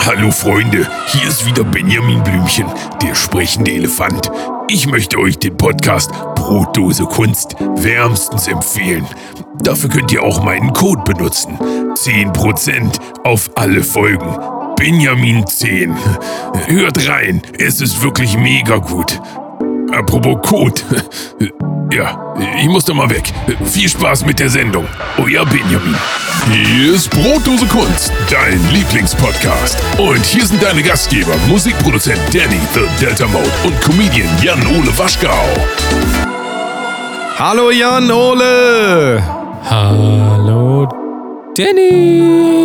Hallo Freunde, hier ist wieder Benjamin Blümchen, der sprechende Elefant. Ich möchte euch den Podcast Brotdose Kunst wärmstens empfehlen. Dafür könnt ihr auch meinen Code benutzen. 10% auf alle Folgen. Benjamin 10. Hört rein, es ist wirklich mega gut. Apropos Code. Ja, ich muss da mal weg. Viel Spaß mit der Sendung. Euer Benjamin. Hier ist Brotdose Kunst, dein Lieblingspodcast. Und hier sind deine Gastgeber, Musikproduzent Danny, The Delta Mode und Comedian Jan-Ole Waschkau. Hallo Jan-Ole. Hallo Danny.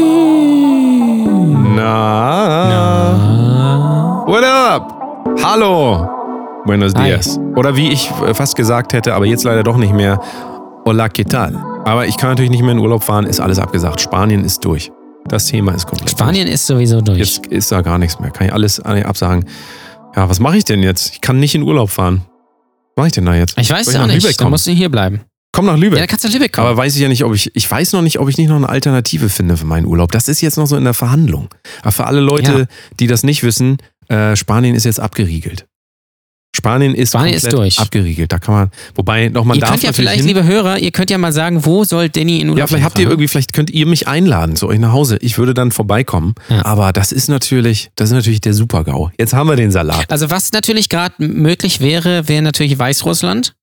Na? What up? Hallo. Buenos dias. Oder wie ich fast gesagt hätte, aber jetzt leider doch nicht mehr. Hola, ¿qué tal? Aber ich kann natürlich nicht mehr in Urlaub fahren, ist alles abgesagt. Spanien ist durch. Das Thema ist komplett Spanien ist sowieso durch. Jetzt ist da gar nichts mehr. Kann ich alles absagen. Ja, was mache ich denn jetzt? Ich kann nicht in Urlaub fahren. Was mache ich denn da jetzt? Ich weiß es auch nicht. Da musst du hier bleiben. Komm nach Lübeck. Ja, da kannst du nach Lübeck kommen. Aber weiß ich ja nicht, ich weiß noch nicht, ob ich nicht noch eine Alternative finde für meinen Urlaub. Das ist jetzt noch so in der Verhandlung. Aber für alle Leute, die das nicht wissen, Spanien ist jetzt abgeriegelt. Spanien ist durch. Abgeriegelt. Da kann man, wobei nochmal darf Ihr könnt ja vielleicht, liebe Hörer, ihr könnt ja mal sagen, wo soll Danny in Urlaub vielleicht könnt ihr mich einladen zu euch nach Hause. Ich würde dann vorbeikommen. Ja. Aber das ist natürlich der Super-GAU. Jetzt haben wir den Salat. Also was natürlich gerade möglich wäre natürlich Weißrussland.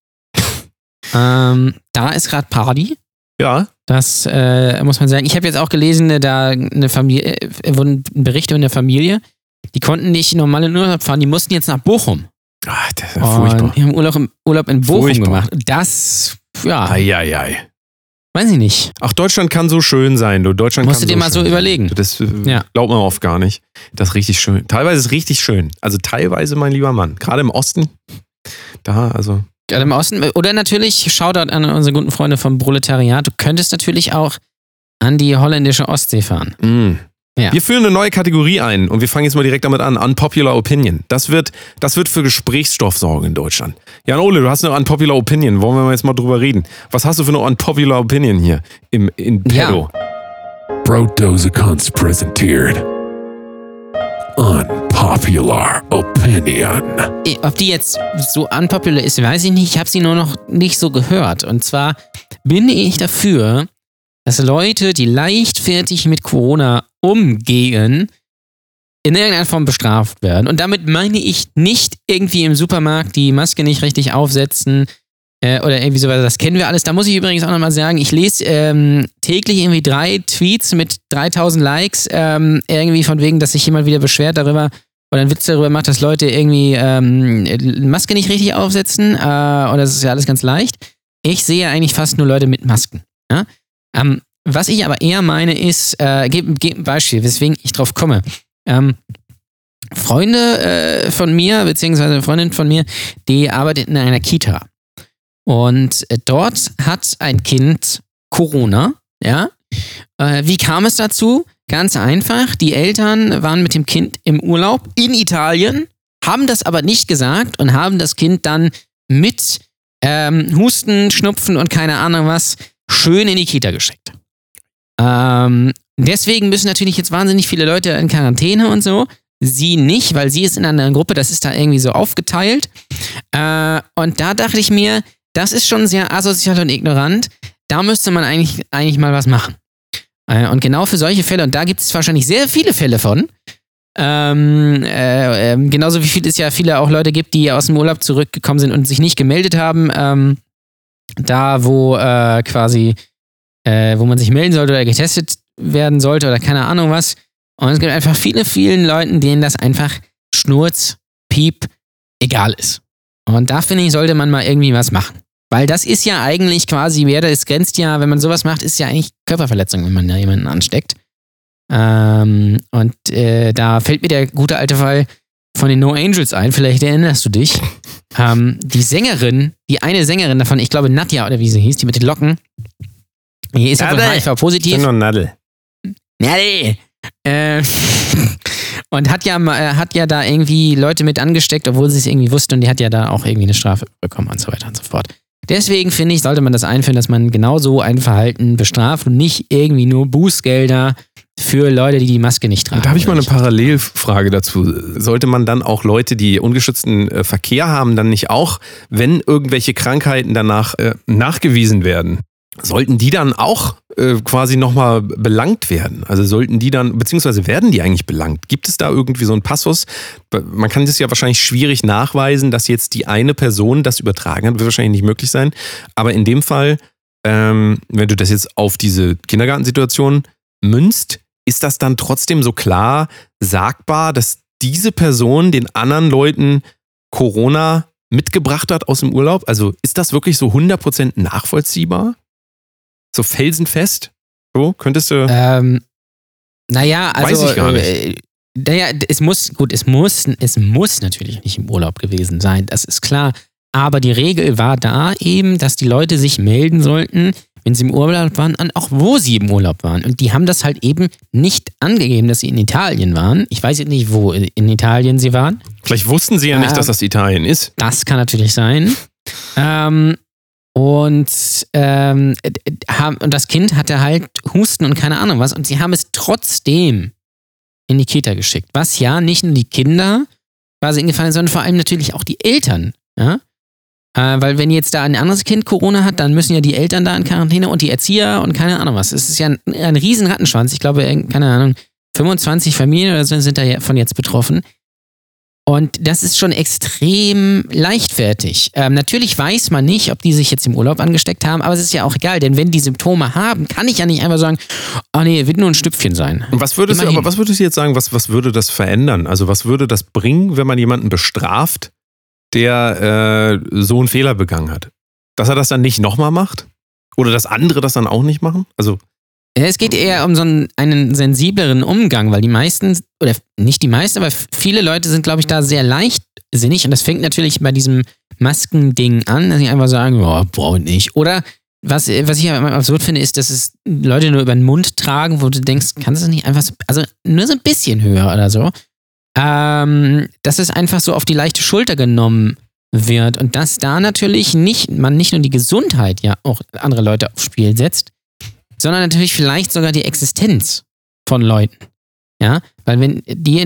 Da ist gerade Party. Ja. Das muss man sagen. Ich habe jetzt auch gelesen, da eine Familie, wurden Berichte in der Familie, die konnten nicht normal in Urlaub fahren, die mussten jetzt nach Bochum. Ach, das ist ja furchtbar. Die haben Urlaub in Bochum gemacht. Das, ja. Ei. Weiß ich nicht. Ach, Deutschland kann so schön sein. Musst du dir mal so überlegen. Das glaubt man oft gar nicht. Das ist richtig schön. Teilweise ist es richtig schön. Also teilweise, mein lieber Mann. Gerade im Osten. Gerade im Osten. Oder natürlich, Shoutout an unsere guten Freunde vom Proletariat. Du könntest natürlich auch an die holländische Ostsee fahren. Mm. Ja. Wir führen eine neue Kategorie ein und wir fangen jetzt mal direkt damit an. Unpopular Opinion. Das wird für Gesprächsstoff sorgen in Deutschland. Jan-Ole, du hast eine Unpopular Opinion. Wollen wir jetzt mal drüber reden? Was hast du für eine Unpopular Opinion hier in Pedo? Ja. Brotdose Kunst präsentiert Unpopular Opinion. Ob die jetzt so unpopular ist, weiß ich nicht. Ich habe sie nur noch nicht so gehört. Und zwar bin ich dafür, dass Leute, die leichtfertig mit Corona umgehen, in irgendeiner Form bestraft werden. Und damit meine ich nicht irgendwie im Supermarkt die Maske nicht richtig aufsetzen oder irgendwie sowas. Das kennen wir alles. Da muss ich übrigens auch nochmal sagen, ich lese täglich irgendwie 3 Tweets mit 3000 Likes, irgendwie von wegen, dass sich jemand wieder beschwert darüber oder einen Witz darüber macht, dass Leute irgendwie Maske nicht richtig aufsetzen. Und das ist ja alles ganz leicht. Ich sehe eigentlich fast nur Leute mit Masken. Ja? Was ich aber eher meine ist, gebe ein Beispiel, weswegen ich drauf komme. Freunde von mir, beziehungsweise eine Freundin von mir, die arbeitet in einer Kita. Und dort hat ein Kind Corona, ja. Wie kam es dazu? Ganz einfach, die Eltern waren mit dem Kind im Urlaub in Italien, haben das aber nicht gesagt und haben das Kind dann mit Husten, Schnupfen und keine Ahnung was schön in die Kita geschickt. Deswegen müssen natürlich jetzt wahnsinnig viele Leute in Quarantäne und so. Sie nicht, weil sie ist in einer Gruppe, das ist da irgendwie so aufgeteilt. Und da dachte ich mir, das ist schon sehr asozial und ignorant. Da müsste man eigentlich mal was machen. Und genau für solche Fälle, und da gibt es wahrscheinlich sehr viele Fälle von, genauso wie es ja viele auch Leute gibt, die aus dem Urlaub zurückgekommen sind und sich nicht gemeldet haben, da wo wo man sich melden sollte oder getestet werden sollte oder keine Ahnung was. Und es gibt einfach vielen Leuten, denen das einfach Schnurz, Piep, egal ist. Und da finde ich, sollte man mal irgendwie was machen. Weil das ist ja eigentlich quasi, es grenzt ja, wenn man sowas macht, ist ja eigentlich Körperverletzung, wenn man da jemanden ansteckt. Da fällt mir der gute alte Fall von den No Angels ein, vielleicht erinnerst du dich. Die eine Sängerin davon, ich glaube Nadja oder wie sie hieß, die mit den Locken, die ist ja wohl HIV-positiv. Ich bin noch Nadel. Nadel! Und hat ja da irgendwie Leute mit angesteckt, obwohl sie es irgendwie wusste, und die hat ja da auch irgendwie eine Strafe bekommen und so weiter und so fort. Deswegen finde ich, sollte man das einführen, dass man genau so ein Verhalten bestraft und nicht irgendwie nur Bußgelder für Leute, die Maske nicht tragen. Da habe ich mal eine Parallelfrage dazu. Sollte man dann auch Leute, die ungeschützten Verkehr haben, dann nicht auch, wenn irgendwelche Krankheiten danach nachgewiesen werden, sollten die dann auch quasi nochmal belangt werden? Also sollten die dann, beziehungsweise werden die eigentlich belangt? Gibt es da irgendwie so einen Passus? Man kann das ja wahrscheinlich schwierig nachweisen, dass jetzt die eine Person das übertragen hat, wird wahrscheinlich nicht möglich sein. Aber in dem Fall, wenn du das jetzt auf diese Kindergartensituation münzt, ist das dann trotzdem so klar sagbar, dass diese Person den anderen Leuten Corona mitgebracht hat aus dem Urlaub? Also ist das wirklich so 100% nachvollziehbar? So felsenfest? So, könntest du... Naja, also... Weiß ich gar nicht. Es muss natürlich nicht im Urlaub gewesen sein, das ist klar. Aber die Regel war da eben, dass die Leute sich melden sollten, wenn sie im Urlaub waren, und auch wo sie im Urlaub waren. Und die haben das halt eben nicht angegeben, dass sie in Italien waren. Ich weiß jetzt nicht, wo in Italien sie waren. Vielleicht wussten sie ja nicht, dass das Italien ist. Das kann natürlich sein. Und das Kind hatte halt Husten und keine Ahnung was. Und sie haben es trotzdem in die Kita geschickt. Was ja nicht nur die Kinder quasi ingefallen, sondern vor allem natürlich auch die Eltern. Ja? Weil wenn jetzt da ein anderes Kind Corona hat, dann müssen ja die Eltern da in Quarantäne und die Erzieher und keine Ahnung was. Es ist ja ein riesen Rattenschwanz. Ich glaube, keine Ahnung, 25 Familien oder so sind davon jetzt betroffen. Und das ist schon extrem leichtfertig. Natürlich weiß man nicht, ob die sich jetzt im Urlaub angesteckt haben, aber es ist ja auch egal, denn wenn die Symptome haben, kann ich ja nicht einfach sagen, oh nee, wird nur ein Stüpfchen sein. Und was würdest du jetzt sagen, was würde das verändern? Also was würde das bringen, wenn man jemanden bestraft, der so einen Fehler begangen hat? Dass er das dann nicht nochmal macht? Oder dass andere das dann auch nicht machen? Also es geht eher um so einen sensibleren Umgang, weil die meisten, oder nicht die meisten, aber viele Leute sind, glaube ich, da sehr leichtsinnig und das fängt natürlich bei diesem Maskending an, dass sie einfach sagen, oh, brauche ich nicht. Oder was ich aber absurd finde, ist, dass es Leute nur über den Mund tragen, wo du denkst, kannst du das nicht einfach so, also nur so ein bisschen höher oder so, dass es einfach so auf die leichte Schulter genommen wird und dass da natürlich man nicht nur die Gesundheit ja auch andere Leute aufs Spiel setzt, sondern natürlich vielleicht sogar die Existenz von Leuten. Ja, weil wenn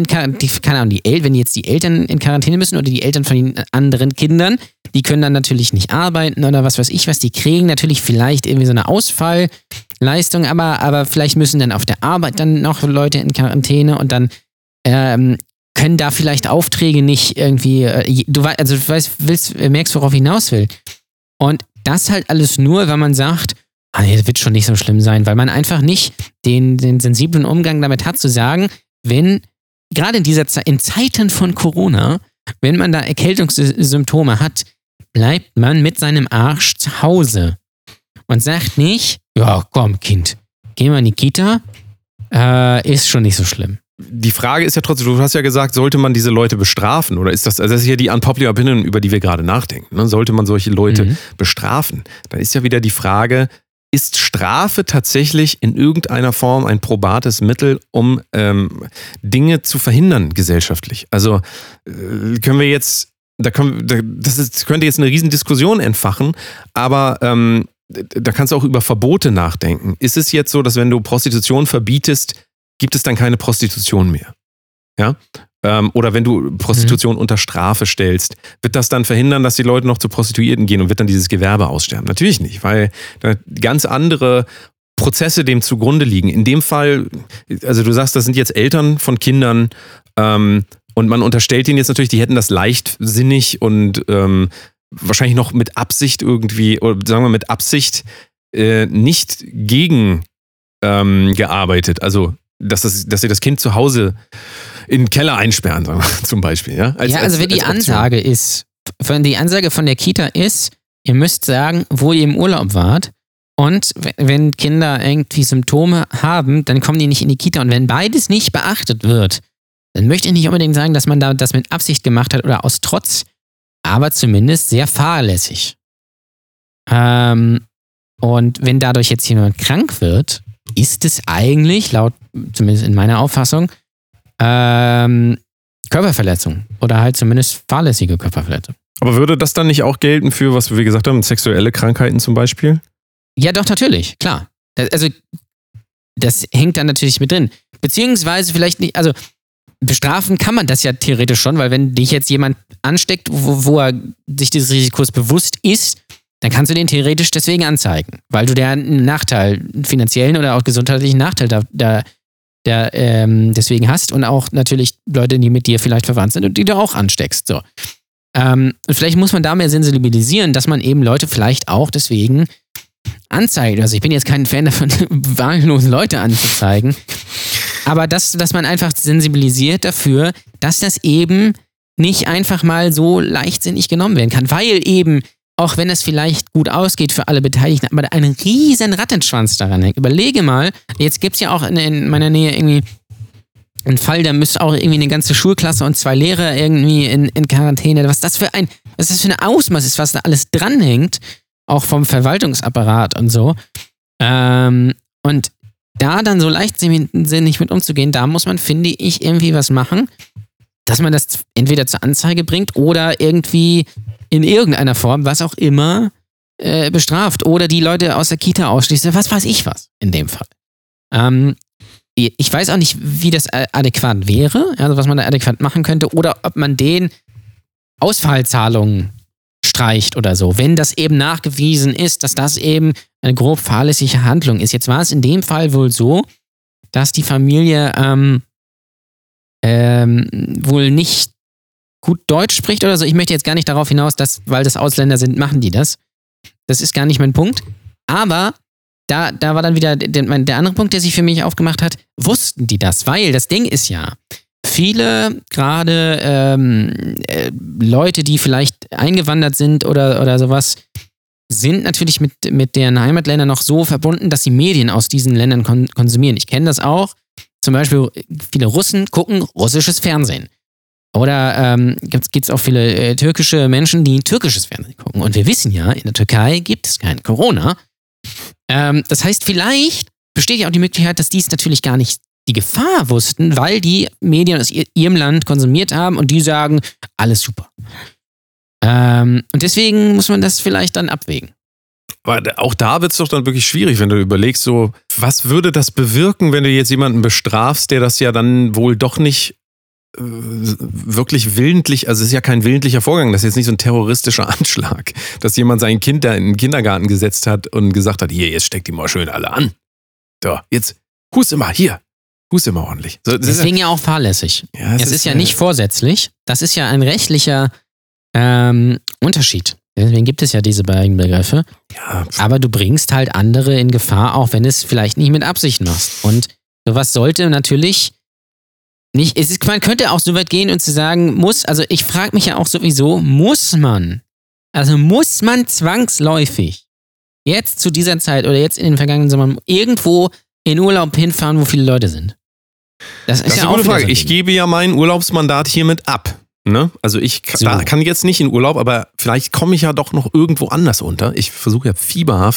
wenn jetzt die Eltern in Quarantäne müssen oder die Eltern von den anderen Kindern, die können dann natürlich nicht arbeiten oder was weiß ich was, die kriegen natürlich vielleicht irgendwie so eine Ausfallleistung, aber vielleicht müssen dann auf der Arbeit dann noch Leute in Quarantäne und dann können da vielleicht Aufträge nicht irgendwie, merkst, worauf ich hinaus will. Und das halt alles nur, weil man sagt, das wird schon nicht so schlimm sein, weil man einfach nicht den sensiblen Umgang damit hat, zu sagen, wenn, gerade in Zeiten von Corona, wenn man da Erkältungssymptome hat, bleibt man mit seinem Arsch zu Hause und sagt nicht, ja komm Kind, geh mal in die Kita, ist schon nicht so schlimm. Die Frage ist ja trotzdem, du hast ja gesagt, sollte man diese Leute bestrafen? Oder ist das ist ja die unpopular opinion, über die wir gerade nachdenken. Ne? Sollte man solche Leute bestrafen? Dann ist ja wieder die Frage, ist Strafe tatsächlich in irgendeiner Form ein probates Mittel, um Dinge zu verhindern gesellschaftlich? Also können wir jetzt, das könnte jetzt eine Riesendiskussion entfachen, aber da kannst du auch über Verbote nachdenken. Ist es jetzt so, dass wenn du Prostitution verbietest, gibt es dann keine Prostitution mehr? Ja? Oder wenn du Prostitution unter Strafe stellst, wird das dann verhindern, dass die Leute noch zu Prostituierten gehen und wird dann dieses Gewerbe aussterben? Natürlich nicht, weil da ganz andere Prozesse dem zugrunde liegen. In dem Fall, also du sagst, das sind jetzt Eltern von Kindern und man unterstellt ihnen jetzt natürlich, die hätten das leichtsinnig und wahrscheinlich noch mit Absicht irgendwie, oder sagen wir mit Absicht nicht gegen gearbeitet. Also, dass sie das Kind zu Hause in den Keller einsperren, sagen wir, zum Beispiel. Ja, wenn die Ansage ist, die Ansage von der Kita ist, ihr müsst sagen, wo ihr im Urlaub wart und wenn Kinder irgendwie Symptome haben, dann kommen die nicht in die Kita und wenn beides nicht beachtet wird, dann möchte ich nicht unbedingt sagen, dass man da das mit Absicht gemacht hat oder aus Trotz, aber zumindest sehr fahrlässig. Und wenn dadurch jetzt jemand krank wird, ist es eigentlich, zumindest in meiner Auffassung, Körperverletzung oder halt zumindest fahrlässige Körperverletzung. Aber würde das dann nicht auch gelten für, was wir gesagt haben, sexuelle Krankheiten zum Beispiel? Ja, doch, natürlich, klar. Also das hängt dann natürlich mit drin. Beziehungsweise vielleicht nicht, also bestrafen kann man das ja theoretisch schon, weil wenn dich jetzt jemand ansteckt, wo er sich des Risikos bewusst ist, dann kannst du den theoretisch deswegen anzeigen, weil du einen Nachteil, einen finanziellen oder auch gesundheitlichen Nachteil deswegen hast und auch natürlich Leute, die mit dir vielleicht verwandt sind und die du auch ansteckst. So. Und vielleicht muss man da mehr sensibilisieren, dass man eben Leute vielleicht auch deswegen anzeigt. Also ich bin jetzt kein Fan davon, wahllosen Leute anzuzeigen, aber dass man einfach sensibilisiert dafür, dass das eben nicht einfach mal so leichtsinnig genommen werden kann, weil eben, auch wenn es vielleicht gut ausgeht für alle Beteiligten, aber ein riesen Rattenschwanz daran hängt. Überlege mal, jetzt gibt es ja auch in meiner Nähe irgendwie einen Fall, da müsste auch irgendwie eine ganze Schulklasse und 2 Lehrer irgendwie in Quarantäne. Was das für ein Ausmaß ist, was da alles dranhängt, auch vom Verwaltungsapparat und so. Und da dann so leichtsinnig mit umzugehen, da muss man, finde ich, irgendwie was machen, dass man das entweder zur Anzeige bringt oder irgendwie in irgendeiner Form, was auch immer, bestraft oder die Leute aus der Kita ausschließt, was weiß ich was in dem Fall. Ich weiß auch nicht, wie das adäquat wäre, also was man da adäquat machen könnte oder ob man den Ausfallzahlungen streicht oder so, wenn das eben nachgewiesen ist, dass das eben eine grob fahrlässige Handlung ist. Jetzt war es in dem Fall wohl so, dass die Familie wohl nicht gut Deutsch spricht oder so. Ich möchte jetzt gar nicht darauf hinaus, dass, weil das Ausländer sind, machen die das. Das ist gar nicht mein Punkt. Aber da war dann wieder der andere Punkt, der sich für mich aufgemacht hat. Wussten die das? Weil das Ding ist ja, viele gerade Leute, die vielleicht eingewandert sind oder sowas, sind natürlich mit deren Heimatländern noch so verbunden, dass sie Medien aus diesen Ländern konsumieren. Ich kenne das auch. Zum Beispiel viele Russen gucken russisches Fernsehen. Oder gibt es auch viele türkische Menschen, die türkisches Fernsehen gucken. Und wir wissen ja, in der Türkei gibt es kein Corona. Das heißt, vielleicht besteht ja auch die Möglichkeit, dass die es natürlich gar nicht die Gefahr wussten, weil die Medien aus ihrem Land konsumiert haben und die sagen, alles super. Und deswegen muss man das vielleicht dann abwägen. Aber auch da wird es doch dann wirklich schwierig, wenn du überlegst, so, was würde das bewirken, wenn du jetzt jemanden bestrafst, der das ja dann wohl doch nicht wirklich willentlich, also es ist ja kein willentlicher Vorgang, das ist jetzt nicht so ein terroristischer Anschlag, dass jemand sein Kind da in den Kindergarten gesetzt hat und gesagt hat, hier, jetzt steckt die mal schön alle an. So, jetzt huste mal, hier, huste mal ordentlich. So, deswegen ja auch fahrlässig. Ja, es ist ja nicht vorsätzlich, das ist ja ein rechtlicher Unterschied. Deswegen gibt es ja diese beiden Begriffe. Ja. Aber du bringst halt andere in Gefahr, auch wenn es vielleicht nicht mit Absicht machst. Und sowas sollte natürlich nicht, man könnte auch so weit gehen und zu sagen, also ich frage mich ja auch sowieso, muss man zwangsläufig jetzt zu dieser Zeit oder jetzt in den vergangenen Sommern irgendwo in Urlaub hinfahren, wo viele Leute sind? Das ist ja auch eine gute Frage. Ich gebe ja mein Urlaubsmandat hiermit ab. Ne? Also ich kann jetzt nicht in Urlaub, aber vielleicht komme ich ja doch noch irgendwo anders unter. Ich versuche ja fieberhaft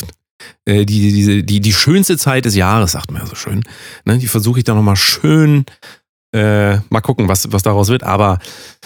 die schönste Zeit des Jahres, sagt man ja so schön. Ne? Die versuche ich dann nochmal schön mal gucken, was daraus wird. Aber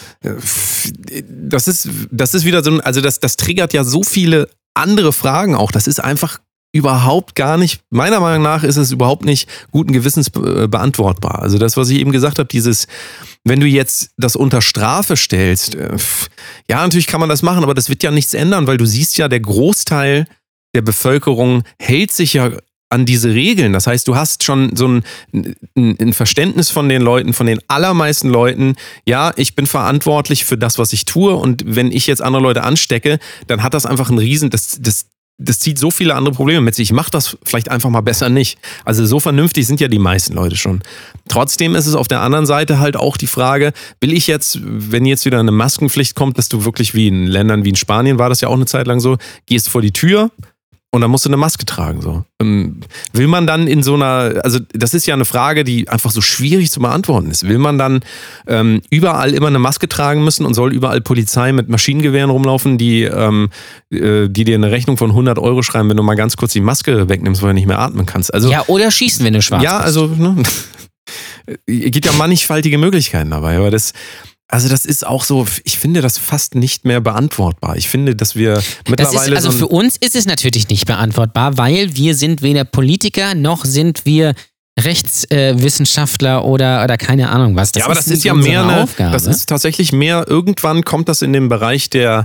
das ist wieder so, also das triggert ja so viele andere Fragen auch. Das ist einfach überhaupt gar nicht, meiner Meinung nach ist es überhaupt nicht guten Gewissens beantwortbar. Also das, was ich eben gesagt habe, wenn du jetzt das unter Strafe stellst, ja, natürlich kann man das machen, aber das wird ja nichts ändern, weil du siehst ja, der Großteil der Bevölkerung hält sich ja an diese Regeln. Das heißt, du hast schon so ein Verständnis von den Leuten, von den allermeisten Leuten, ja, ich bin verantwortlich für das, was ich tue und wenn ich jetzt andere Leute anstecke, dann hat das einfach das zieht so viele andere Probleme mit sich. Ich mache das vielleicht einfach mal besser nicht. Also so vernünftig sind ja die meisten Leute schon. Trotzdem ist es auf der anderen Seite halt auch die Frage, will ich jetzt, wenn jetzt wieder eine Maskenpflicht kommt, dass du wirklich wie in Ländern wie in Spanien war das ja auch eine Zeit lang so, gehst vor die Tür und dann musst du eine Maske tragen. So. Will man dann in so einer, also das ist ja eine Frage, die einfach so schwierig zu beantworten ist. Will man dann überall immer eine Maske tragen müssen und soll überall Polizei mit Maschinengewehren rumlaufen, die dir eine Rechnung von 100 € schreiben, wenn du mal ganz kurz die Maske wegnimmst, weil du nicht mehr atmen kannst. Also, ja, oder schießen, wenn du schwarz bist. Ja, also ne, gibt ja mannigfaltige Möglichkeiten dabei, aber das ist auch so, ich finde das fast nicht mehr beantwortbar. Ich finde, dass wir mittlerweile für uns ist es natürlich nicht beantwortbar, weil wir sind weder Politiker, noch sind wir Rechtswissenschaftler oder keine Ahnung was. Aber das ist ja mehr Aufgabe. Das ist tatsächlich mehr, irgendwann kommt das in den Bereich der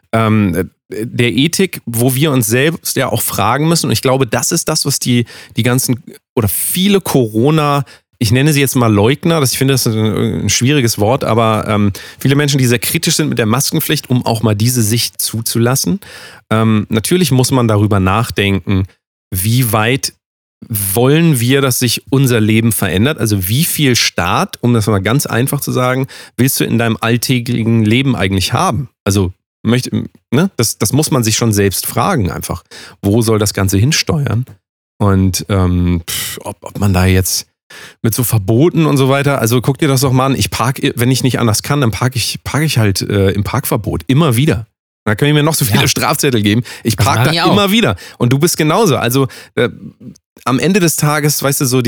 Ethik, wo wir uns selbst ja auch fragen müssen. Und ich glaube, das ist das, was die ganzen oder viele Corona, ich nenne sie jetzt mal Leugner, ich finde das ein schwieriges Wort, aber viele Menschen, die sehr kritisch sind mit der Maskenpflicht, um auch mal diese Sicht zuzulassen. Natürlich muss man darüber nachdenken, wie weit wollen wir, dass sich unser Leben verändert? Also wie viel Staat, um das mal ganz einfach zu sagen, willst du in deinem alltäglichen Leben eigentlich haben? Also das muss man sich schon selbst fragen einfach. Wo soll das Ganze hinsteuern? Und ob man da jetzt mit so Verboten und so weiter, also guck dir das doch mal an. Ich parke, wenn ich nicht anders kann, dann parke ich halt im Parkverbot. Immer wieder. Da können die mir noch so viele Strafzettel geben. Ich parke da immer wieder. Und du bist genauso. Also am Ende des Tages, weißt du, so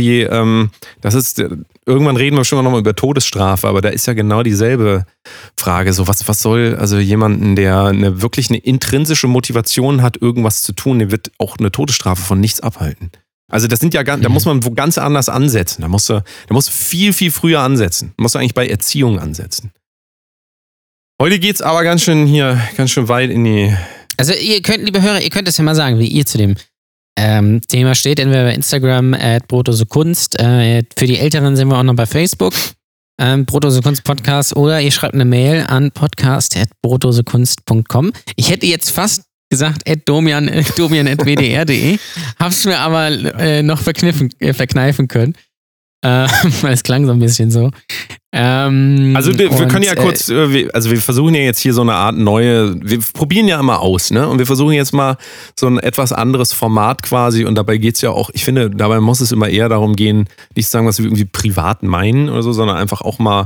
irgendwann reden wir schon noch mal über Todesstrafe, aber da ist ja genau dieselbe Frage. So, was soll also jemanden, der wirklich eine intrinsische Motivation hat, irgendwas zu tun, der wird auch eine Todesstrafe von nichts abhalten. Also das sind ja da muss man ganz anders ansetzen. Da musst du viel, viel früher ansetzen. Da musst du eigentlich bei Erziehung ansetzen. Heute geht's aber ganz schön weit in die... Also ihr könnt, liebe Hörer, ihr könnt es ja mal sagen, wie ihr zu dem Thema steht. Entweder bei Instagram @brotosekunst. Für die Älteren sind wir auch noch bei Facebook. Brotosekunst Podcast. Oder ihr schreibt eine Mail an podcast@brotosekunst.com. Ich hätte jetzt fast gesagt @domian@wdr.de. Hab's mir aber noch verkneifen können. Weil es klang so ein bisschen so. Also wir können ja kurz, wir versuchen ja jetzt hier so eine Art wir probieren ja immer aus, ne? Und wir versuchen jetzt mal so ein etwas anderes Format quasi und dabei geht's ja auch, ich finde, dabei muss es immer eher darum gehen, nicht zu sagen, was wir irgendwie privat meinen oder so, sondern einfach auch mal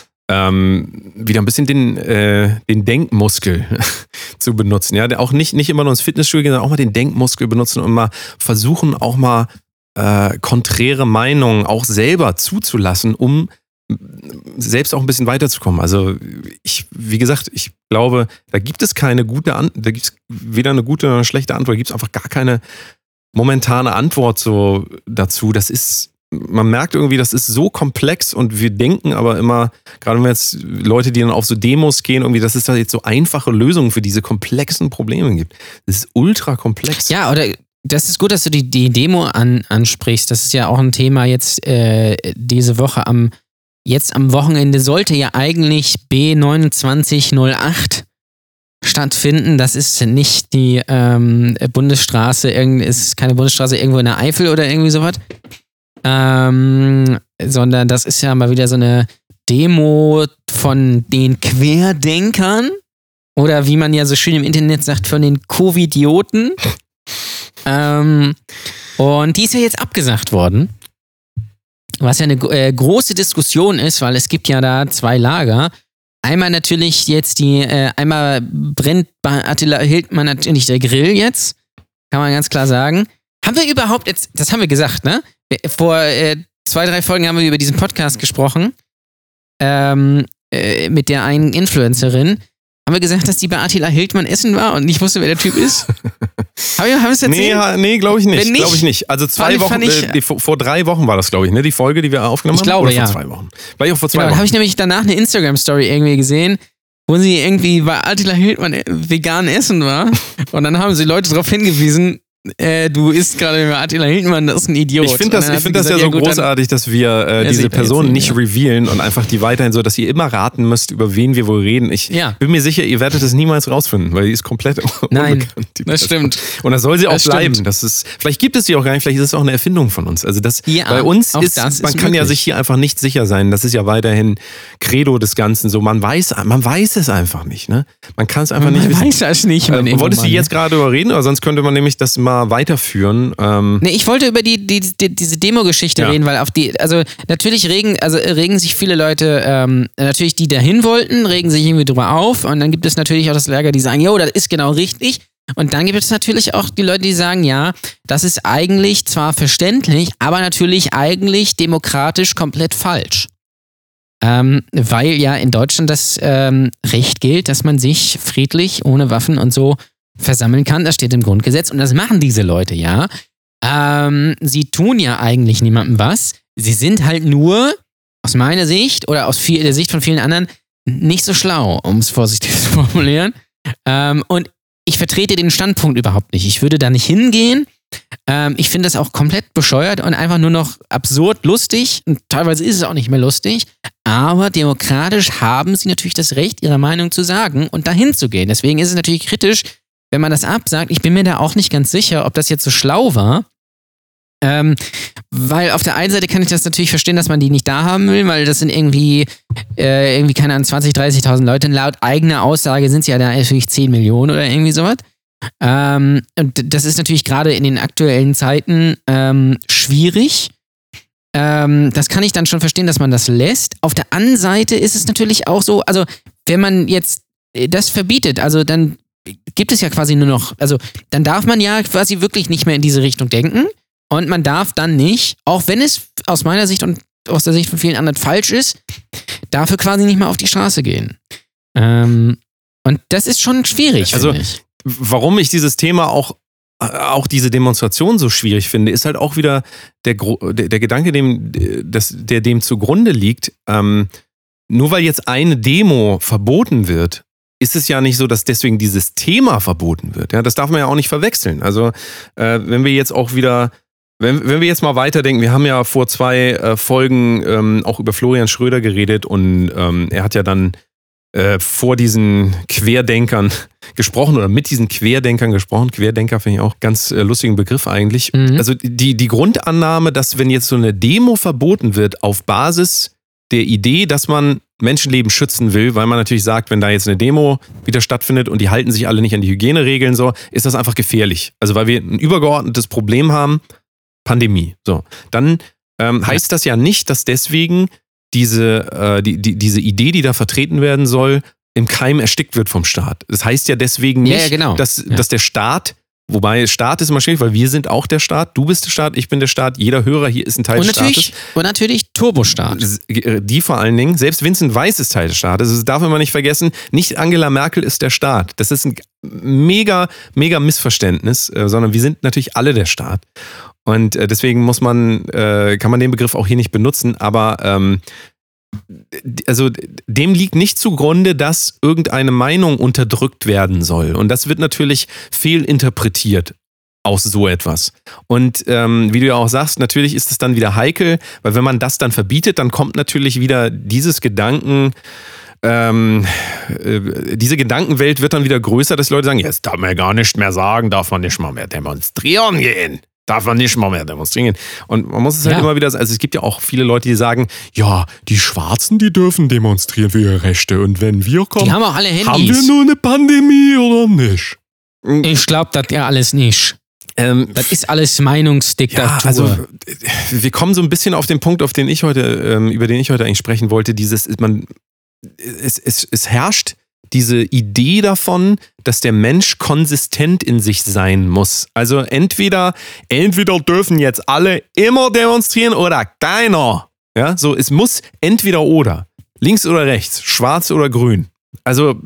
wieder ein bisschen den Denkmuskel zu benutzen, ja? Auch nicht immer nur ins Fitnessstudio gehen, sondern auch mal den Denkmuskel benutzen und mal versuchen, auch mal konträre Meinungen auch selber zuzulassen, um selbst auch ein bisschen weiterzukommen. Also wie gesagt, ich glaube, da gibt es keine da gibt es weder eine gute noch eine schlechte Antwort, da gibt es einfach gar keine momentane Antwort so dazu. Man merkt irgendwie, das ist so komplex und wir denken aber immer, gerade wenn wir jetzt Leute, die dann auf so Demos gehen, irgendwie, dass es da jetzt so einfache Lösungen für diese komplexen Probleme gibt. Das ist ultra komplex. Ja, oder das ist gut, dass du die Demo ansprichst. Das ist ja auch ein Thema jetzt diese Woche jetzt am Wochenende sollte ja eigentlich B2908 stattfinden. Das ist nicht die Bundesstraße, ist keine Bundesstraße irgendwo in der Eifel oder irgendwie sowas. Sondern das ist ja mal wieder so eine Demo von den Querdenkern oder wie man ja so schön im Internet sagt, von den Covidioten. Und die ist ja jetzt abgesagt worden. Was ja eine große Diskussion ist, weil es gibt ja da zwei Lager. Einmal natürlich jetzt einmal brennt bei Attila Hildmann natürlich der Grill jetzt. Kann man ganz klar sagen. Haben wir überhaupt jetzt, das haben wir gesagt, ne? Vor 2-3 Folgen haben wir über diesen Podcast gesprochen. Mit der einen Influencerin. Haben wir gesagt, dass die bei Attila Hildmann essen war und nicht wusste, wer der Typ ist? Haben wir es erzählt? Nee, glaube ich nicht. Glaube ich nicht. Also 2 Wochen, vor 3 Wochen war das, glaube ich, ne? Die Folge, die wir aufgenommen haben. Ich glaube, oder vor 2 Wochen. War ich auch vor 2 Wochen. Da habe ich nämlich danach eine Instagram-Story irgendwie gesehen, wo sie irgendwie bei Attila Hildmann vegan essen war. Und dann haben sie Leute darauf hingewiesen, du isst gerade mit Attila Hildmann, das ist ein Idiot. Ich finde das ja so großartig, dass wir diese Person nicht revealen und einfach die weiterhin so, dass ihr immer raten müsst, über wen wir wohl reden. Ich bin mir sicher, ihr werdet es niemals rausfinden, weil die ist komplett unbekannt. Das stimmt. Und das soll sie auch bleiben. Vielleicht gibt es sie auch gar nicht, vielleicht ist es auch eine Erfindung von uns. Also bei uns man kann ja sich hier einfach nicht sicher sein. Das ist ja weiterhin Credo des Ganzen. So, man weiß es einfach nicht. Ne? Man kann es einfach nicht wissen. Man weiß es nicht. Wolltest du jetzt gerade darüber reden? Oder sonst könnte man nämlich das mal weiterführen. Nee, ich wollte über diese Demo-Geschichte reden, weil natürlich regen sich viele Leute, natürlich die dahin wollten, regen sich irgendwie drüber auf und dann gibt es natürlich auch das Lager, die sagen, jo, das ist genau richtig. Und dann gibt es natürlich auch die Leute, die sagen, ja, das ist eigentlich zwar verständlich, aber natürlich eigentlich demokratisch komplett falsch. Weil ja in Deutschland das Recht gilt, dass man sich friedlich, ohne Waffen und so versammeln kann. Das steht im Grundgesetz und das machen diese Leute, ja. sie tun ja eigentlich niemandem was. Sie sind halt nur, aus meiner Sicht oder aus der Sicht von vielen anderen, nicht so schlau, um es vorsichtig zu formulieren. Und ich vertrete den Standpunkt überhaupt nicht. Ich würde da nicht hingehen. Ich finde das auch komplett bescheuert und einfach nur noch absurd lustig. Und teilweise ist es auch nicht mehr lustig. Aber demokratisch haben sie natürlich das Recht, ihre Meinung zu sagen und dahin zu gehen. Deswegen ist es natürlich kritisch, wenn man das absagt. Ich bin mir da auch nicht ganz sicher, ob das jetzt so schlau war. Weil auf der einen Seite kann ich das natürlich verstehen, dass man die nicht da haben will, weil das sind irgendwie keine Ahnung, 20.000, 30.000 Leute. Laut eigener Aussage sind es ja da natürlich 10 Millionen oder irgendwie sowas. Und das ist natürlich gerade in den aktuellen Zeiten schwierig. Das kann ich dann schon verstehen, dass man das lässt. Auf der anderen Seite ist es natürlich auch so, also wenn man jetzt das verbietet, also dann gibt es ja quasi nur noch, also dann darf man ja quasi wirklich nicht mehr in diese Richtung denken. Und man darf dann nicht, auch wenn es aus meiner Sicht und aus der Sicht von vielen anderen falsch ist, dafür quasi nicht mehr auf die Straße gehen. Und das ist schon schwierig, also, finde ich. Warum ich dieses Thema auch diese Demonstration so schwierig finde, ist halt auch wieder der Gedanke, der dem zugrunde liegt. Nur weil jetzt eine Demo verboten wird, ist es ja nicht so, dass deswegen dieses Thema verboten wird. Ja, das darf man ja auch nicht verwechseln. Also wenn wir jetzt auch wieder, wenn wir jetzt mal weiterdenken, wir haben ja vor 2 Folgen auch über Florian Schröder geredet und er hat ja dann vor diesen Querdenkern gesprochen oder mit diesen Querdenkern gesprochen. Querdenker finde ich auch ganz lustigen Begriff eigentlich. Mhm. Also die Grundannahme, dass wenn jetzt so eine Demo verboten wird auf Basis der Idee, dass man Menschenleben schützen will, weil man natürlich sagt, wenn da jetzt eine Demo wieder stattfindet und die halten sich alle nicht an die Hygieneregeln, so, ist das einfach gefährlich. Also weil wir ein übergeordnetes Problem haben, Pandemie. So, dann heißt das ja nicht, dass deswegen diese Idee, die da vertreten werden soll, im Keim erstickt wird vom Staat. Das heißt ja deswegen nicht, dass der Staat, wobei Staat ist immer schwierig, weil wir sind auch der Staat, du bist der Staat, ich bin der Staat, jeder Hörer hier ist ein Teil des Staates. Und natürlich Turbostaat. Die vor allen Dingen, selbst Vincent Weiss ist Teil des Staates, das darf man nicht vergessen, nicht Angela Merkel ist der Staat. Das ist ein mega, mega Missverständnis, sondern wir sind natürlich alle der Staat. Und deswegen kann man den Begriff auch hier nicht benutzen, aber also dem liegt nicht zugrunde, dass irgendeine Meinung unterdrückt werden soll. Und das wird natürlich fehlinterpretiert aus so etwas. Und wie du ja auch sagst, natürlich ist es dann wieder heikel, weil wenn man das dann verbietet, dann kommt natürlich wieder dieses Gedanken, diese Gedankenwelt wird dann wieder größer, dass Leute sagen, jetzt darf man gar nicht mehr sagen, darf man nicht mal mehr demonstrieren gehen. Darf man nicht mal mehr demonstrieren gehen. Und man muss es halt immer wieder sagen, also es gibt ja auch viele Leute, die sagen, ja, die Schwarzen, die dürfen demonstrieren für ihre Rechte. Und wenn wir kommen, die haben auch alle Handys. Haben wir nur eine Pandemie oder nicht? Ich glaube das ja alles nicht. Das ist alles Meinungsdiktatur. Ja, also wir kommen so ein bisschen auf den Punkt, über den ich heute eigentlich sprechen wollte. Es herrscht diese Idee davon, dass der Mensch konsistent in sich sein muss. Also entweder dürfen jetzt alle immer demonstrieren oder keiner. Ja, so, es muss entweder oder. Links oder rechts, schwarz oder grün. Also,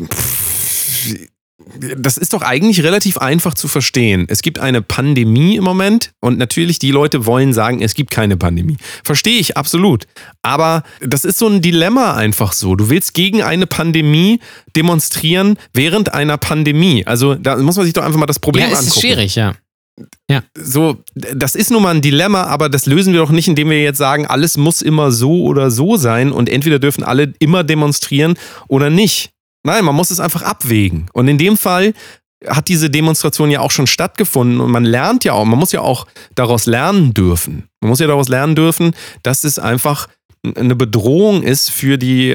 das ist doch eigentlich relativ einfach zu verstehen. Es gibt eine Pandemie im Moment und natürlich die Leute wollen sagen, es gibt keine Pandemie. Verstehe ich absolut. Aber das ist so ein Dilemma einfach so. Du willst gegen eine Pandemie demonstrieren während einer Pandemie. Also da muss man sich doch einfach mal das Problem angucken. Ja, es ist schwierig, ja. So, das ist nun mal ein Dilemma, aber das lösen wir doch nicht, indem wir jetzt sagen, alles muss immer so oder so sein und entweder dürfen alle immer demonstrieren oder nicht. Nein, man muss es einfach abwägen. Und in dem Fall hat diese Demonstration ja auch schon stattgefunden und man lernt ja auch, man muss ja auch daraus lernen dürfen. Man muss ja daraus lernen dürfen, dass es einfach eine Bedrohung ist für die,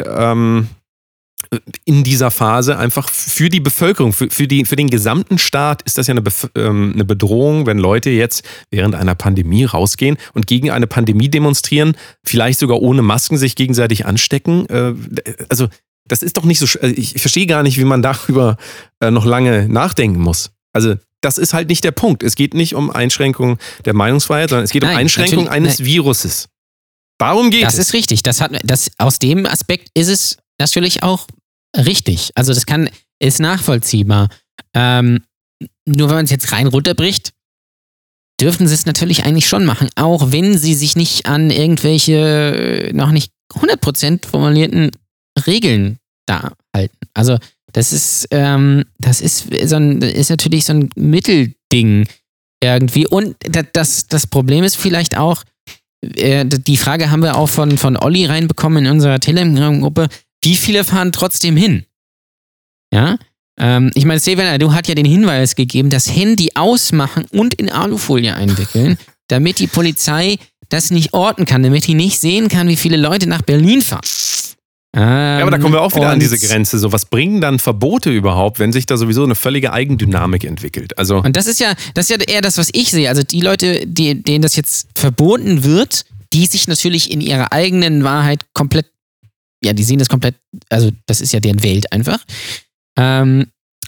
in dieser Phase einfach für die Bevölkerung, für den gesamten Staat ist das ja eine Bedrohung, wenn Leute jetzt während einer Pandemie rausgehen und gegen eine Pandemie demonstrieren, vielleicht sogar ohne Masken sich gegenseitig anstecken. Also das ist doch nicht so, ich verstehe gar nicht, wie man darüber noch lange nachdenken muss. Also das ist halt nicht der Punkt. Es geht nicht um Einschränkung der Meinungsfreiheit, sondern es geht um Einschränkung eines Viruses. Darum geht es. Das ist richtig. Aus dem Aspekt ist es natürlich auch richtig. Also das ist nachvollziehbar. Nur wenn man es jetzt rein runterbricht, dürften sie es natürlich eigentlich schon machen, auch wenn sie sich nicht an irgendwelche noch nicht 100% formulierten Regeln da halten. Also das ist natürlich so ein Mittelding irgendwie. Und das Problem ist vielleicht auch, die Frage haben wir auch von Olli reinbekommen in unserer Telegram-Gruppe, wie viele fahren trotzdem hin? Ja? Ich meine, Silvana, du hast ja den Hinweis gegeben, das Handy ausmachen und in Alufolie einwickeln, damit die Polizei das nicht orten kann, damit die nicht sehen kann, wie viele Leute nach Berlin fahren. Ja, aber da kommen wir auch wieder an diese Grenze. So, was bringen dann Verbote überhaupt, wenn sich da sowieso eine völlige Eigendynamik entwickelt? Also und das ist ja eher das, was ich sehe. Also die Leute, denen das jetzt verboten wird, die sich natürlich in ihrer eigenen Wahrheit komplett, ja, die sehen das komplett, also das ist ja deren Welt einfach. Die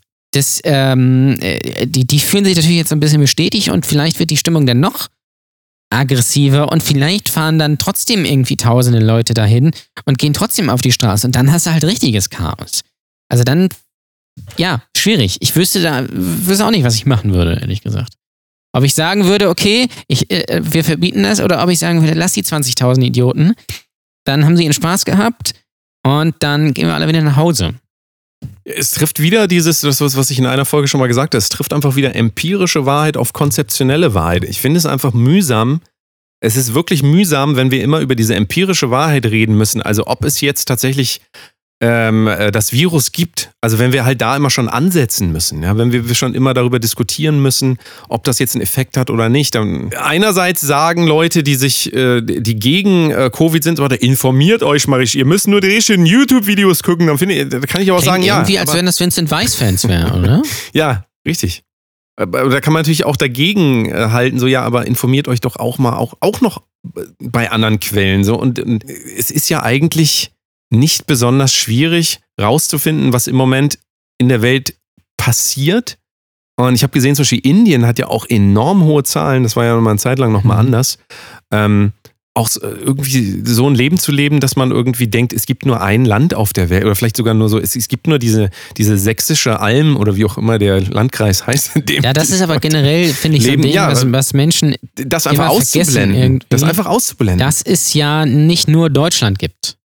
fühlen sich natürlich jetzt ein bisschen bestätigt und vielleicht wird die Stimmung dann noch aggressiver und vielleicht fahren dann trotzdem irgendwie tausende Leute dahin und gehen trotzdem auf die Straße und dann hast du halt richtiges Chaos. Also dann, ja, schwierig. Ich wüsste auch nicht, was ich machen würde, ehrlich gesagt. Ob ich sagen würde, okay, wir verbieten das, oder ob ich sagen würde, lass die 20.000 Idioten, dann haben sie ihren Spaß gehabt und dann gehen wir alle wieder nach Hause. Es trifft wieder das, was ich in einer Folge schon mal gesagt habe, es trifft einfach wieder empirische Wahrheit auf konzeptionelle Wahrheit. Ich finde es einfach mühsam. Es ist wirklich mühsam, wenn wir immer über diese empirische Wahrheit reden müssen. Also ob es jetzt tatsächlich das Virus gibt. Also wenn wir halt da immer schon ansetzen müssen, ja, wenn wir schon immer darüber diskutieren müssen, ob das jetzt einen Effekt hat oder nicht. Dann einerseits sagen Leute, die gegen Covid sind, informiert euch mal richtig. Ihr müsst nur die richtigen YouTube-Videos gucken. Dann da kann ich aber auch sagen, ja. Irgendwie, als wenn das Vincent Weiss-Fans wären, oder? Ja, richtig. Aber da kann man natürlich auch dagegen halten, so ja, aber informiert euch doch auch mal auch noch bei anderen Quellen. So. Und es ist ja eigentlich nicht besonders schwierig rauszufinden, was im Moment in der Welt passiert. Und ich habe gesehen, zum Beispiel Indien hat ja auch enorm hohe Zahlen, das war ja mal eine Zeit lang nochmal anders, auch irgendwie so ein Leben zu leben, dass man irgendwie denkt, es gibt nur ein Land auf der Welt oder vielleicht sogar nur so, es gibt nur diese sächsische Alm oder wie auch immer der Landkreis heißt. In dem ja, das ist aber generell, finde ich, so ein Ding, ja, was Menschen das einfach auszublenden. Das einfach auszublenden. Dass es ja nicht nur Deutschland gibt.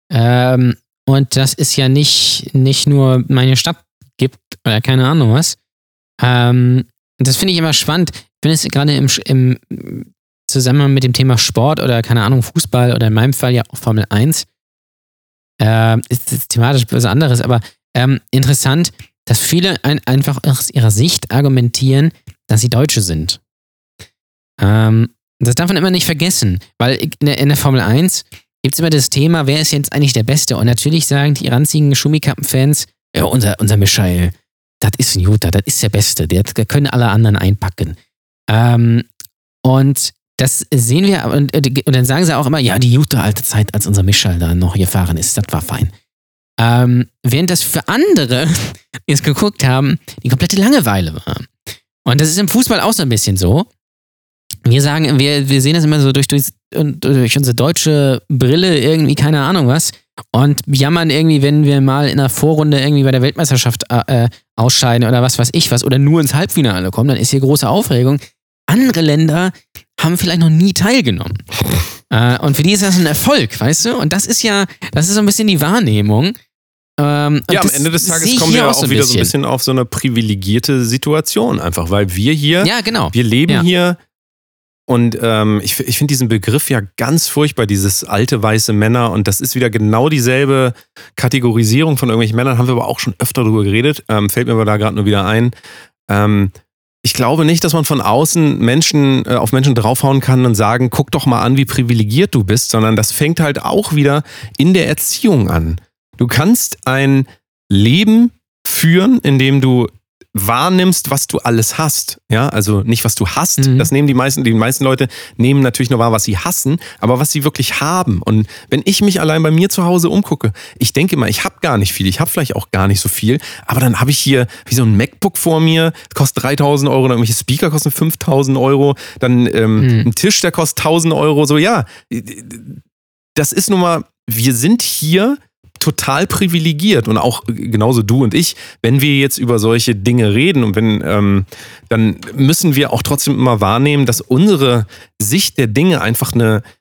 Und das ist ja nicht nur meine Stadt gibt oder keine Ahnung was. Das finde ich immer spannend. Ich finde es gerade im Zusammenhang mit dem Thema Sport oder keine Ahnung, Fußball oder in meinem Fall ja auch Formel 1 ist thematisch was anderes, aber interessant, dass viele einfach aus ihrer Sicht argumentieren, dass sie Deutsche sind. Das darf man immer nicht vergessen, weil in der Formel 1 gibt es immer das Thema, wer ist jetzt eigentlich der Beste? Und natürlich sagen die ranzigen Schummikappen-Fans, ja, unser Michael, das ist ein Guter, das ist der Beste, der können alle anderen einpacken. Und das sehen wir, und dann sagen sie auch immer, ja, die gute alte Zeit, als unser Michael da noch gefahren ist, das war fein. Während das für andere, die es geguckt haben, die komplette Langeweile war. Und das ist im Fußball auch so ein bisschen so. Wir sagen, wir sehen das immer so durch unsere deutsche Brille irgendwie, keine Ahnung was, und jammern irgendwie, wenn wir mal in einer Vorrunde irgendwie bei der Weltmeisterschaft ausscheiden oder was weiß ich was, oder nur ins Halbfinale kommen, dann ist hier große Aufregung. Andere Länder haben vielleicht noch nie teilgenommen. Und für die ist das ein Erfolg, weißt du? Und das ist so ein bisschen die Wahrnehmung. Ja, am Ende des Tages kommen wir auch wieder so ein bisschen auf so eine privilegierte Situation einfach, weil wir hier, ja, genau. Wir leben hier. Und ich finde diesen Begriff ja ganz furchtbar, dieses alte weiße Männer. Und das ist wieder genau dieselbe Kategorisierung von irgendwelchen Männern. Haben wir aber auch schon öfter drüber geredet. Fällt mir aber da gerade nur wieder ein. Ich glaube nicht, dass man von außen auf Menschen draufhauen kann und sagen, guck doch mal an, wie privilegiert du bist. Sondern das fängt halt auch wieder in der Erziehung an. Du kannst ein Leben führen, in dem du wahrnimmst, was du alles hast. Ja, also nicht, was du hast. Das nehmen die meisten Leute nehmen natürlich nur wahr, was sie hassen, aber was sie wirklich haben. Und wenn ich mich allein bei mir zu Hause umgucke, ich denke mal, ich habe gar nicht viel, ich habe vielleicht auch gar nicht so viel, aber dann habe ich hier wie so ein MacBook vor mir, kostet 3.000 €, dann irgendwelche Speaker kosten 5.000 €, dann ein Tisch, der kostet 1.000 €, so ja. Das ist nun mal, wir sind hier total privilegiert und auch genauso du und ich, wenn wir jetzt über solche Dinge reden und wenn, dann müssen wir auch trotzdem immer wahrnehmen, dass unsere Sicht der Dinge einfach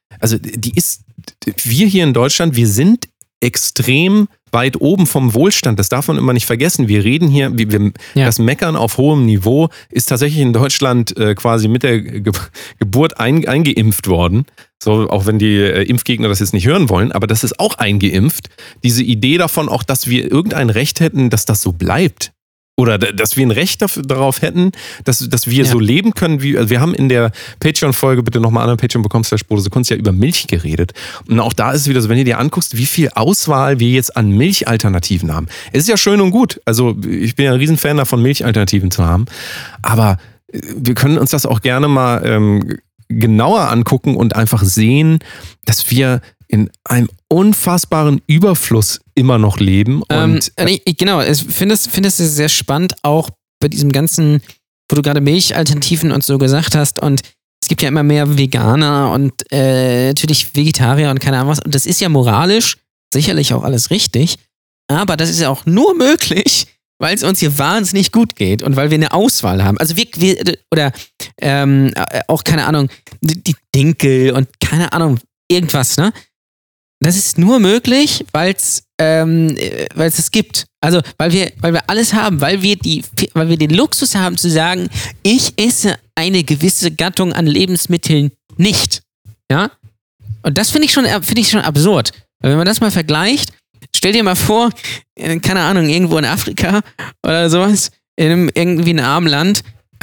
wir hier in Deutschland, wir sind extrem weit oben vom Wohlstand. Das darf man immer nicht vergessen. Wir reden hier, das Meckern auf hohem Niveau ist tatsächlich in Deutschland quasi mit der Geburt eingeimpft worden. So, auch wenn die Impfgegner das jetzt nicht hören wollen, aber das ist auch eingeimpft. Diese Idee davon auch, dass wir irgendein Recht hätten, dass das so bleibt. Oder dass wir ein Recht darauf hätten, dass wir so leben können, also wir haben in der Patreon-Folge, bitte nochmal an patreon.com/Brotdose-Kunst, ja über Milch geredet. Und auch da ist es wieder so, wenn du dir anguckst, wie viel Auswahl wir jetzt an Milchalternativen haben. Es ist ja schön und gut. Also ich bin ja ein Riesenfan davon, Milchalternativen zu haben. Aber wir können uns das auch gerne mal genauer angucken und einfach sehen, dass wir in einem unfassbaren Überfluss immer noch leben. Und genau, ich finde es sehr spannend, auch bei diesem ganzen, wo du gerade Milchalternativen und so gesagt hast, und es gibt ja immer mehr Veganer und natürlich Vegetarier und keine Ahnung was, und das ist ja moralisch sicherlich auch alles richtig, aber das ist ja auch nur möglich, weil es uns hier wahnsinnig gut geht und weil wir eine Auswahl haben. Also auch keine Ahnung, die Dinkel und keine Ahnung, irgendwas, ne? Das ist nur möglich, weil es gibt. Also, weil wir alles haben, weil wir den Luxus haben zu sagen, ich esse eine gewisse Gattung an Lebensmitteln nicht. Ja? Und das finde ich schon absurd. Weil wenn man das mal vergleicht, stell dir mal vor, keine Ahnung, irgendwo in Afrika oder sowas, in irgendwie einem armen Land,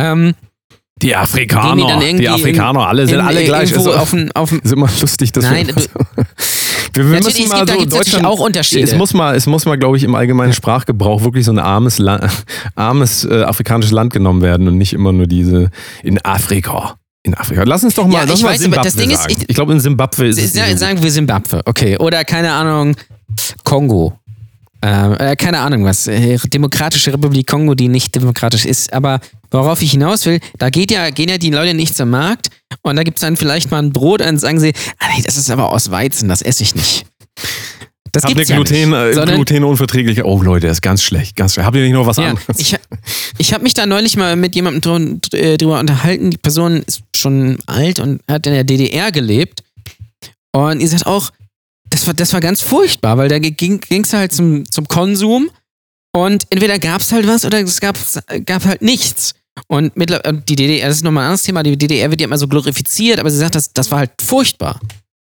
die Afrikaner, alle sind alle gleich. Ist immer lustig, dass wir müssen mal so Deutschland auch Unterschiede. Es muss mal, glaube ich, im allgemeinen Sprachgebrauch wirklich so ein armes afrikanisches Land genommen werden und nicht immer nur diese in Afrika. Lass uns doch mal, Zimbabwe sagen. Ich glaube, in Zimbabwe ist es. Sagen wir Zimbabwe, okay. Oder keine Ahnung, Kongo. Keine Ahnung was. Demokratische Republik Kongo, die nicht demokratisch ist. Aber worauf ich hinaus will, da gehen ja die Leute nicht zum Markt und da gibt es dann vielleicht mal ein Brot und dann sagen sie, nee, das ist aber aus Weizen, das esse ich nicht. Das gibt's ja nicht. Glutenunverträglich. Oh Leute, das ist ganz schlecht. Habt ihr nicht noch was anderes? Ich habe mich da neulich mal mit jemandem drüber unterhalten. Die Person ist schon alt und hat in der DDR gelebt. Und ihr sagt auch, das war ganz furchtbar, weil da ging es halt zum Konsum und entweder gab es halt was oder es gab halt nichts. Und die DDR, das ist nochmal ein anderes Thema, die DDR wird ja immer so glorifiziert, aber sie sagt, das war halt furchtbar.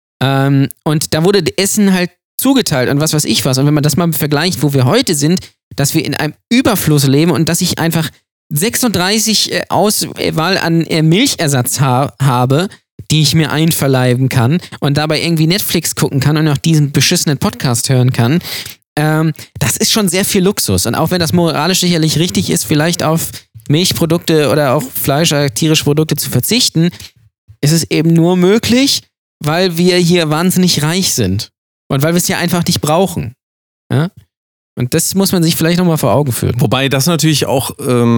Und da wurde Essen halt zugeteilt und was weiß ich was. Und wenn man das mal vergleicht, wo wir heute sind, dass wir in einem Überfluss leben und dass ich einfach 36 Auswahl an Milchersatz habe, die ich mir einverleiben kann und dabei irgendwie Netflix gucken kann und auch diesen beschissenen Podcast hören kann, das ist schon sehr viel Luxus. Und auch wenn das moralisch sicherlich richtig ist, vielleicht auf Milchprodukte oder auf Fleisch oder tierische Produkte zu verzichten, ist es eben nur möglich, weil wir hier wahnsinnig reich sind. Und weil wir es ja einfach nicht brauchen. Ja? Und das muss man sich vielleicht nochmal vor Augen führen. Wobei das natürlich auch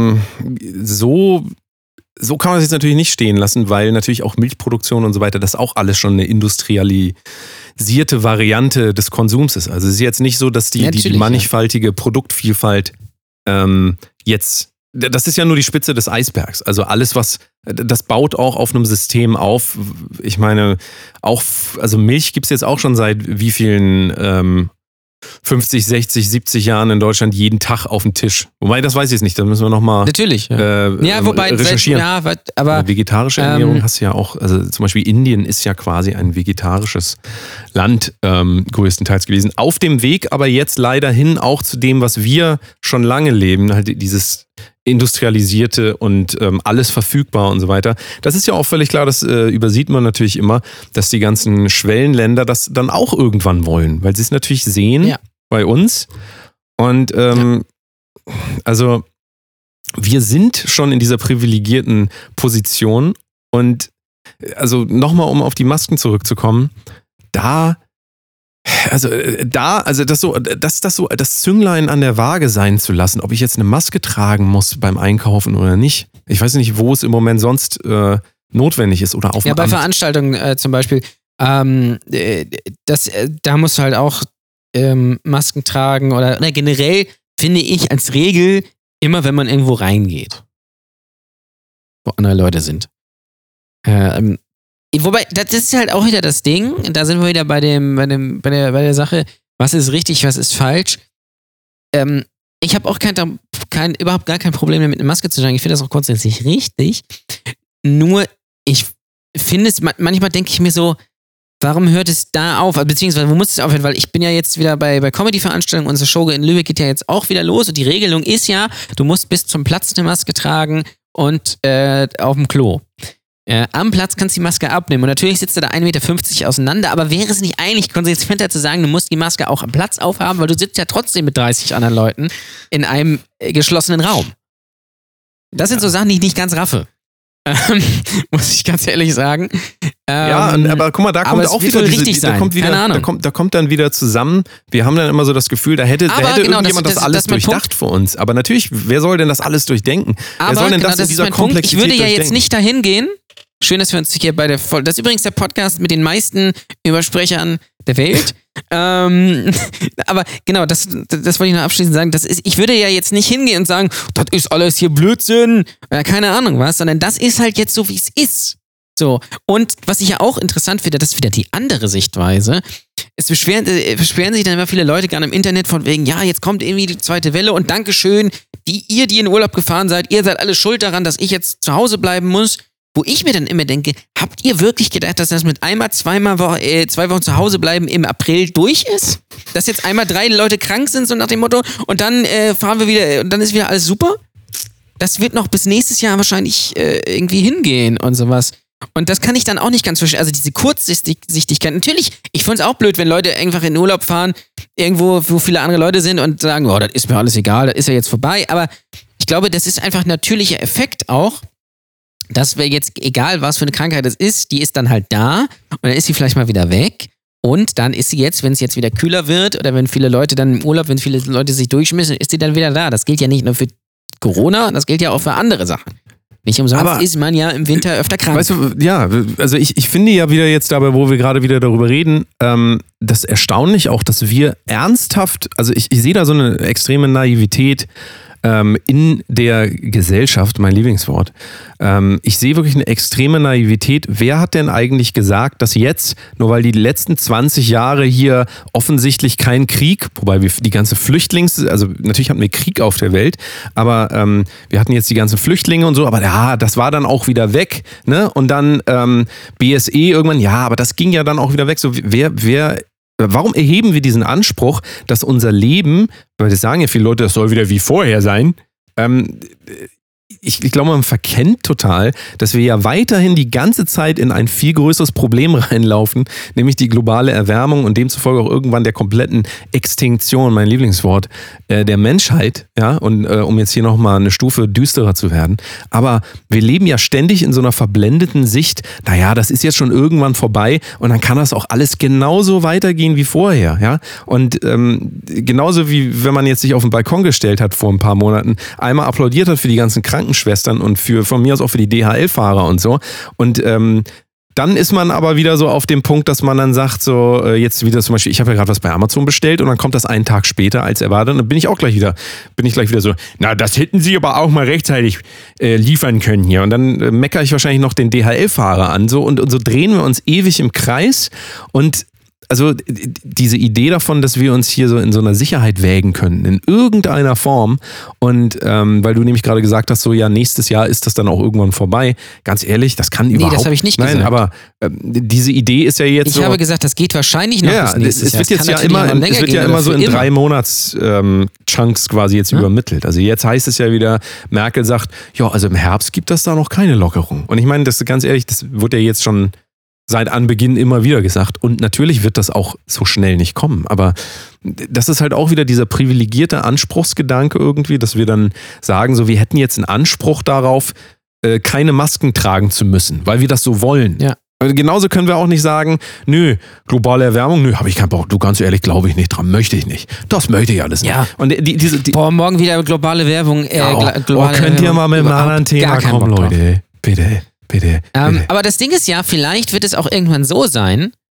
so kann man es jetzt natürlich nicht stehen lassen, weil natürlich auch Milchproduktion und so weiter, das auch alles schon eine industrialisierte Variante des Konsums ist. Also es ist jetzt nicht so, dass die mannigfaltige Produktvielfalt jetzt, das ist ja nur die Spitze des Eisbergs. Also alles, das baut auch auf einem System auf. Ich meine, also Milch gibt es jetzt auch schon seit wie vielen 50, 60, 70 Jahren in Deutschland jeden Tag auf dem Tisch. Wobei, das weiß ich jetzt nicht, da müssen wir nochmal recherchieren. Aber vegetarische Ernährung hast du ja auch, also zum Beispiel Indien ist ja quasi ein vegetarisches Land größtenteils gewesen. Auf dem Weg aber jetzt leider hin auch zu dem, was wir schon lange leben, halt dieses industrialisierte und alles verfügbar und so weiter. Das ist ja auch völlig klar, das übersieht man natürlich immer, dass die ganzen Schwellenländer das dann auch irgendwann wollen, weil sie es natürlich sehen bei uns. Und also wir sind schon in dieser privilegierten Position und also nochmal, um auf die Masken zurückzukommen, das Zünglein an der Waage sein zu lassen, ob ich jetzt eine Maske tragen muss beim Einkaufen oder nicht. Ich weiß nicht, wo es im Moment sonst notwendig ist oder auf dem bei Veranstaltungen zum Beispiel, da musst du halt auch Masken tragen oder generell finde ich als Regel immer, wenn man irgendwo reingeht, wo andere Leute sind. Wobei, das ist halt auch wieder das Ding, da sind wir wieder bei der Sache, was ist richtig, was ist falsch. Ich habe auch überhaupt gar kein Problem damit, eine Maske zu tragen. Ich finde das auch grundsätzlich richtig. Nur, ich finde es, manchmal denke ich mir so, warum hört es da auf? Beziehungsweise, wo muss es aufhören? Weil ich bin ja jetzt wieder bei Comedy-Veranstaltungen, unsere Show in Lübeck geht ja jetzt auch wieder los und die Regelung ist ja, du musst bis zum Platz eine Maske tragen und auf dem Klo. Am Platz kannst du die Maske abnehmen und natürlich sitzt du da 1,50 Meter auseinander, aber wäre es nicht eigentlich konsequenter zu sagen, du musst die Maske auch am Platz aufhaben, weil du sitzt ja trotzdem mit 30 anderen Leuten in einem geschlossenen Raum. Das sind so Sachen, die ich nicht ganz raffe. Muss ich ganz ehrlich sagen. Aber guck mal, da kommt auch wieder da kommt dann wieder zusammen. Wir haben dann immer so das Gefühl, da hätte irgendjemand das alles durchdacht für uns. Aber natürlich, wer soll denn das alles durchdenken? Wer soll denn das in dieser Komplexität durchdenken? Ich würde ja jetzt nicht dahin gehen. Schön, dass wir uns hier bei der Folge. Das ist übrigens der Podcast mit den meisten Übersprechern der Welt. Aber genau, das wollte ich noch abschließend sagen. Ich würde ja jetzt nicht hingehen und sagen, das ist alles hier Blödsinn, keine Ahnung was, sondern das ist halt jetzt so, wie es ist. So. Und was ich ja auch interessant finde, das ist wieder die andere Sichtweise. Es beschweren sich dann immer viele Leute gerne im Internet von wegen, ja, jetzt kommt irgendwie die zweite Welle und Dankeschön, die in Urlaub gefahren seid, ihr seid alle schuld daran, dass ich jetzt zu Hause bleiben muss. Wo ich mir dann immer denke, habt ihr wirklich gedacht, dass das mit 2 Wochen zu Hause bleiben im April durch ist? Dass jetzt einmal 3 Leute krank sind, so nach dem Motto, und dann fahren wir wieder, und dann ist wieder alles super? Das wird noch bis nächstes Jahr wahrscheinlich irgendwie hingehen und sowas. Und das kann ich dann auch nicht ganz verstehen. Also diese Kurzsichtigkeit. Natürlich, ich finde es auch blöd, wenn Leute einfach in den Urlaub fahren, irgendwo, wo viele andere Leute sind und sagen, oh, das ist mir alles egal, das ist ja jetzt vorbei. Aber ich glaube, das ist einfach ein natürlicher Effekt auch, dass wir jetzt, egal was für eine Krankheit es ist, die ist dann halt da und dann ist sie vielleicht mal wieder weg und dann ist sie jetzt, wenn es jetzt wieder kühler wird oder wenn viele Leute dann im Urlaub, wenn viele Leute sich durchmischen, ist sie dann wieder da. Das gilt ja nicht nur für Corona, das gilt ja auch für andere Sachen. Nicht umsonst ist man ja im Winter öfter krank. Weißt du, ja, also ich finde ja wieder jetzt dabei, wo wir gerade wieder darüber reden, das erstaunlich auch, dass wir ernsthaft, also ich sehe da so eine extreme Naivität in der Gesellschaft, mein Lieblingswort. Ich sehe wirklich eine extreme Naivität. Wer hat denn eigentlich gesagt, dass jetzt, nur weil die letzten 20 Jahre hier offensichtlich kein Krieg, wobei wir die ganze also natürlich hatten wir Krieg auf der Welt, aber wir hatten jetzt die ganzen Flüchtlinge und so, aber ja, das war dann auch wieder weg, ne? Und dann BSE irgendwann, ja, aber das ging ja dann auch wieder weg. So, warum erheben wir diesen Anspruch, dass unser Leben, weil das sagen ja viele Leute, das soll wieder wie vorher sein, ich glaube, man verkennt total, dass wir ja weiterhin die ganze Zeit in ein viel größeres Problem reinlaufen, nämlich die globale Erwärmung und demzufolge auch irgendwann der kompletten Extinktion, mein Lieblingswort, der Menschheit, ja, und um jetzt hier nochmal eine Stufe düsterer zu werden. Aber wir leben ja ständig in so einer verblendeten Sicht, naja, das ist jetzt schon irgendwann vorbei und dann kann das auch alles genauso weitergehen wie vorher, ja. Und genauso wie wenn man jetzt sich auf den Balkon gestellt hat vor ein paar Monaten, einmal applaudiert hat für die ganzen Krankenschwestern und von mir aus auch für die DHL-Fahrer und so. Und dann ist man aber wieder so auf dem Punkt, dass man dann sagt, so jetzt wieder zum Beispiel, ich habe ja gerade was bei Amazon bestellt und dann kommt das einen Tag später als erwartet und dann bin ich gleich wieder so, na, das hätten sie aber auch mal rechtzeitig liefern können hier. Und dann meckere ich wahrscheinlich noch den DHL-Fahrer an so und so drehen wir uns ewig im Kreis und also diese Idee davon, dass wir uns hier so in so einer Sicherheit wägen können, in irgendeiner Form und weil du nämlich gerade gesagt hast, so ja, nächstes Jahr ist das dann auch irgendwann vorbei. Ganz ehrlich, das kann überhaupt... Nee, das habe ich nicht gesagt. Nein, aber diese Idee ist ja jetzt Ich habe gesagt, das geht wahrscheinlich noch bis nächstes Jahr. Es wird ja immer so in 3 Monats-Chunks quasi jetzt übermittelt. Also jetzt heißt es ja wieder, Merkel sagt, ja, also im Herbst gibt es da noch keine Lockerung. Und ich meine, das ganz ehrlich, das wird ja jetzt schon seit Anbeginn immer wieder gesagt. Und natürlich wird das auch so schnell nicht kommen. Aber das ist halt auch wieder dieser privilegierte Anspruchsgedanke irgendwie, dass wir dann sagen, so wir hätten jetzt einen Anspruch darauf, keine Masken tragen zu müssen, weil wir das so wollen. Ja. Genauso können wir auch nicht sagen, nö, globale Erwärmung, nö, habe ich keinen Bock. Du, ganz ehrlich, glaube ich nicht dran, möchte ich nicht. Das möchte ich alles nicht. Ja. Und morgen wieder globale Werbung. Könnt ihr mal mit einem anderen Thema kommen, Leute? Bitte. Aber das Ding ist ja, vielleicht wird es auch irgendwann so sein,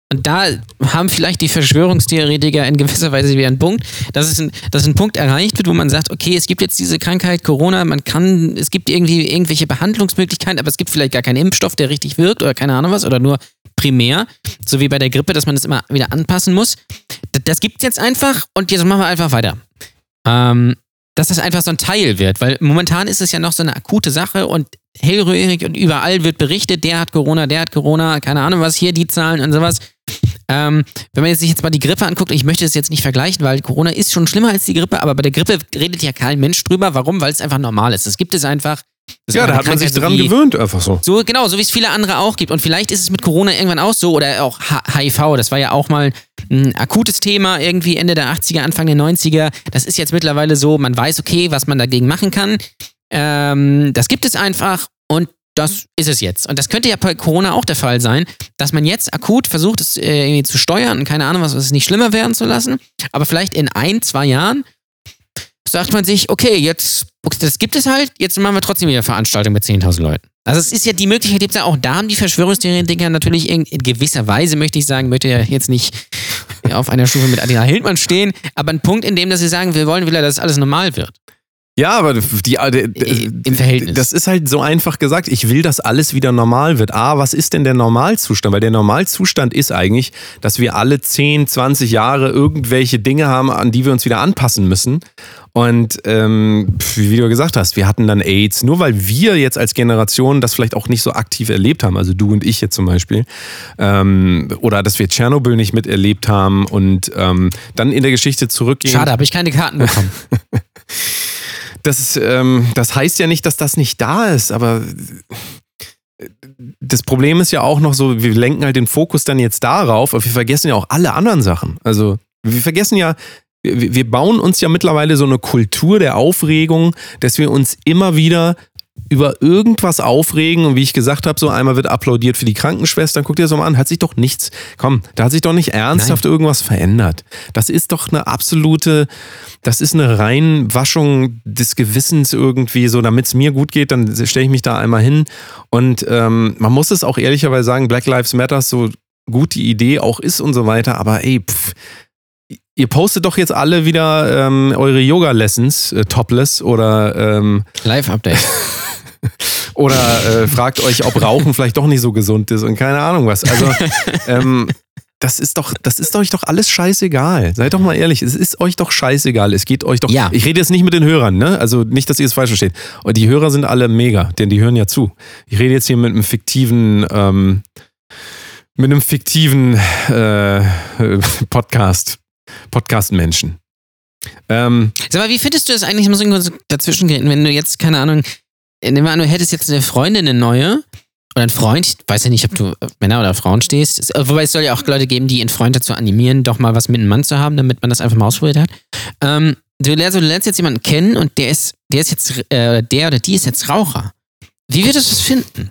Und da haben vielleicht die Verschwörungstheoretiker in gewisser Weise wieder einen Punkt, dass ein Punkt erreicht wird, wo man sagt, okay, es gibt jetzt diese Krankheit, Corona, es gibt irgendwie irgendwelche Behandlungsmöglichkeiten, aber es gibt vielleicht gar keinen Impfstoff, der richtig wirkt oder keine Ahnung was, oder nur primär, so wie bei der Grippe, dass man das immer wieder anpassen muss. Das gibt's jetzt einfach und jetzt machen wir einfach weiter. Dass das einfach so ein Teil wird, weil momentan ist es ja noch so eine akute Sache und hellröhrig und überall wird berichtet, der hat Corona, keine Ahnung was, hier die Zahlen und sowas. Wenn man sich jetzt mal die Grippe anguckt, ich möchte das jetzt nicht vergleichen, weil Corona ist schon schlimmer als die Grippe, aber bei der Grippe redet ja kein Mensch drüber. Warum? Weil es einfach normal ist. Das gibt es einfach. Ja, da hat man sich dran gewöhnt, einfach so. So, genau, so wie es viele andere auch gibt. Und vielleicht ist es mit Corona irgendwann auch so, oder auch HIV, das war ja auch mal ein akutes Thema, irgendwie Ende der 80er, Anfang der 90er. Das ist jetzt mittlerweile so, man weiß, okay, was man dagegen machen kann. Das gibt es einfach und das ist es jetzt. Und das könnte ja bei Corona auch der Fall sein, dass man jetzt akut versucht, es irgendwie zu steuern und keine Ahnung was, es nicht schlimmer werden zu lassen. Aber vielleicht in 1-2 Jahren sagt man sich, okay, das gibt es halt, jetzt machen wir trotzdem wieder Veranstaltungen mit 10.000 Leuten. Also es ist ja die Möglichkeit, gibt es ja auch, da haben die Verschwörungstheoretiker natürlich in gewisser Weise, möchte ja jetzt nicht auf einer Stufe mit Attila Hildmann stehen, aber ein Punkt, in dem, dass sie sagen, wir wollen wieder, dass alles normal wird. Ja, aber im Verhältnis. Das ist halt so einfach gesagt. Ich will, dass alles wieder normal wird. Was ist denn der Normalzustand? Weil der Normalzustand ist eigentlich, dass wir alle 10, 20 Jahre irgendwelche Dinge haben, an die wir uns wieder anpassen müssen. Und wie du gesagt hast, wir hatten dann AIDS. Nur weil wir jetzt als Generation das vielleicht auch nicht so aktiv erlebt haben, also du und ich jetzt zum Beispiel, oder dass wir Tschernobyl nicht miterlebt haben und dann in der Geschichte zurückgehen. Schade, habe ich keine Karten bekommen. Das heißt ja nicht, dass das nicht da ist, aber das Problem ist ja auch noch so, wir lenken halt den Fokus dann jetzt darauf, aber wir vergessen ja auch alle anderen Sachen. Also wir vergessen ja, wir bauen uns ja mittlerweile so eine Kultur der Aufregung, dass wir uns immer wieder über irgendwas aufregen und wie ich gesagt habe, so einmal wird applaudiert für die Krankenschwestern, guck dir das mal an, da hat sich doch ernsthaft irgendwas verändert. Das ist doch das ist eine Reinwaschung des Gewissens irgendwie so, damit es mir gut geht, dann stelle ich mich da einmal hin und man muss es auch ehrlicherweise sagen, Black Lives Matter, so gut die Idee auch ist und so weiter, aber ihr postet doch jetzt alle wieder eure Yoga-Lessons, topless oder Live-Update. Oder fragt euch, ob Rauchen vielleicht doch nicht so gesund ist und keine Ahnung was. Also das ist euch doch alles scheißegal. Seid doch mal ehrlich, es ist euch doch scheißegal. Es geht euch doch. Ja. Ich rede jetzt nicht mit den Hörern, ne? Also nicht, dass ihr es falsch versteht. Und die Hörer sind alle mega, denn die hören ja zu. Ich rede jetzt hier mit einem fiktiven Podcast-Menschen. Sag mal, wie findest du das eigentlich? Ich muss irgendwo dazwischen gehen, wenn du jetzt, keine Ahnung, nehmen wir an, du hättest jetzt eine Freundin, eine neue, oder einen Freund, ich weiß ja nicht, ob du auf Männer oder Frauen stehst, wobei es soll ja auch Leute geben, die ihren Freund dazu animieren, doch mal was mit einem Mann zu haben, damit man das einfach mal ausprobiert hat. Du lernst jetzt jemanden kennen und der oder die ist jetzt Raucher. Wie würdest du das finden?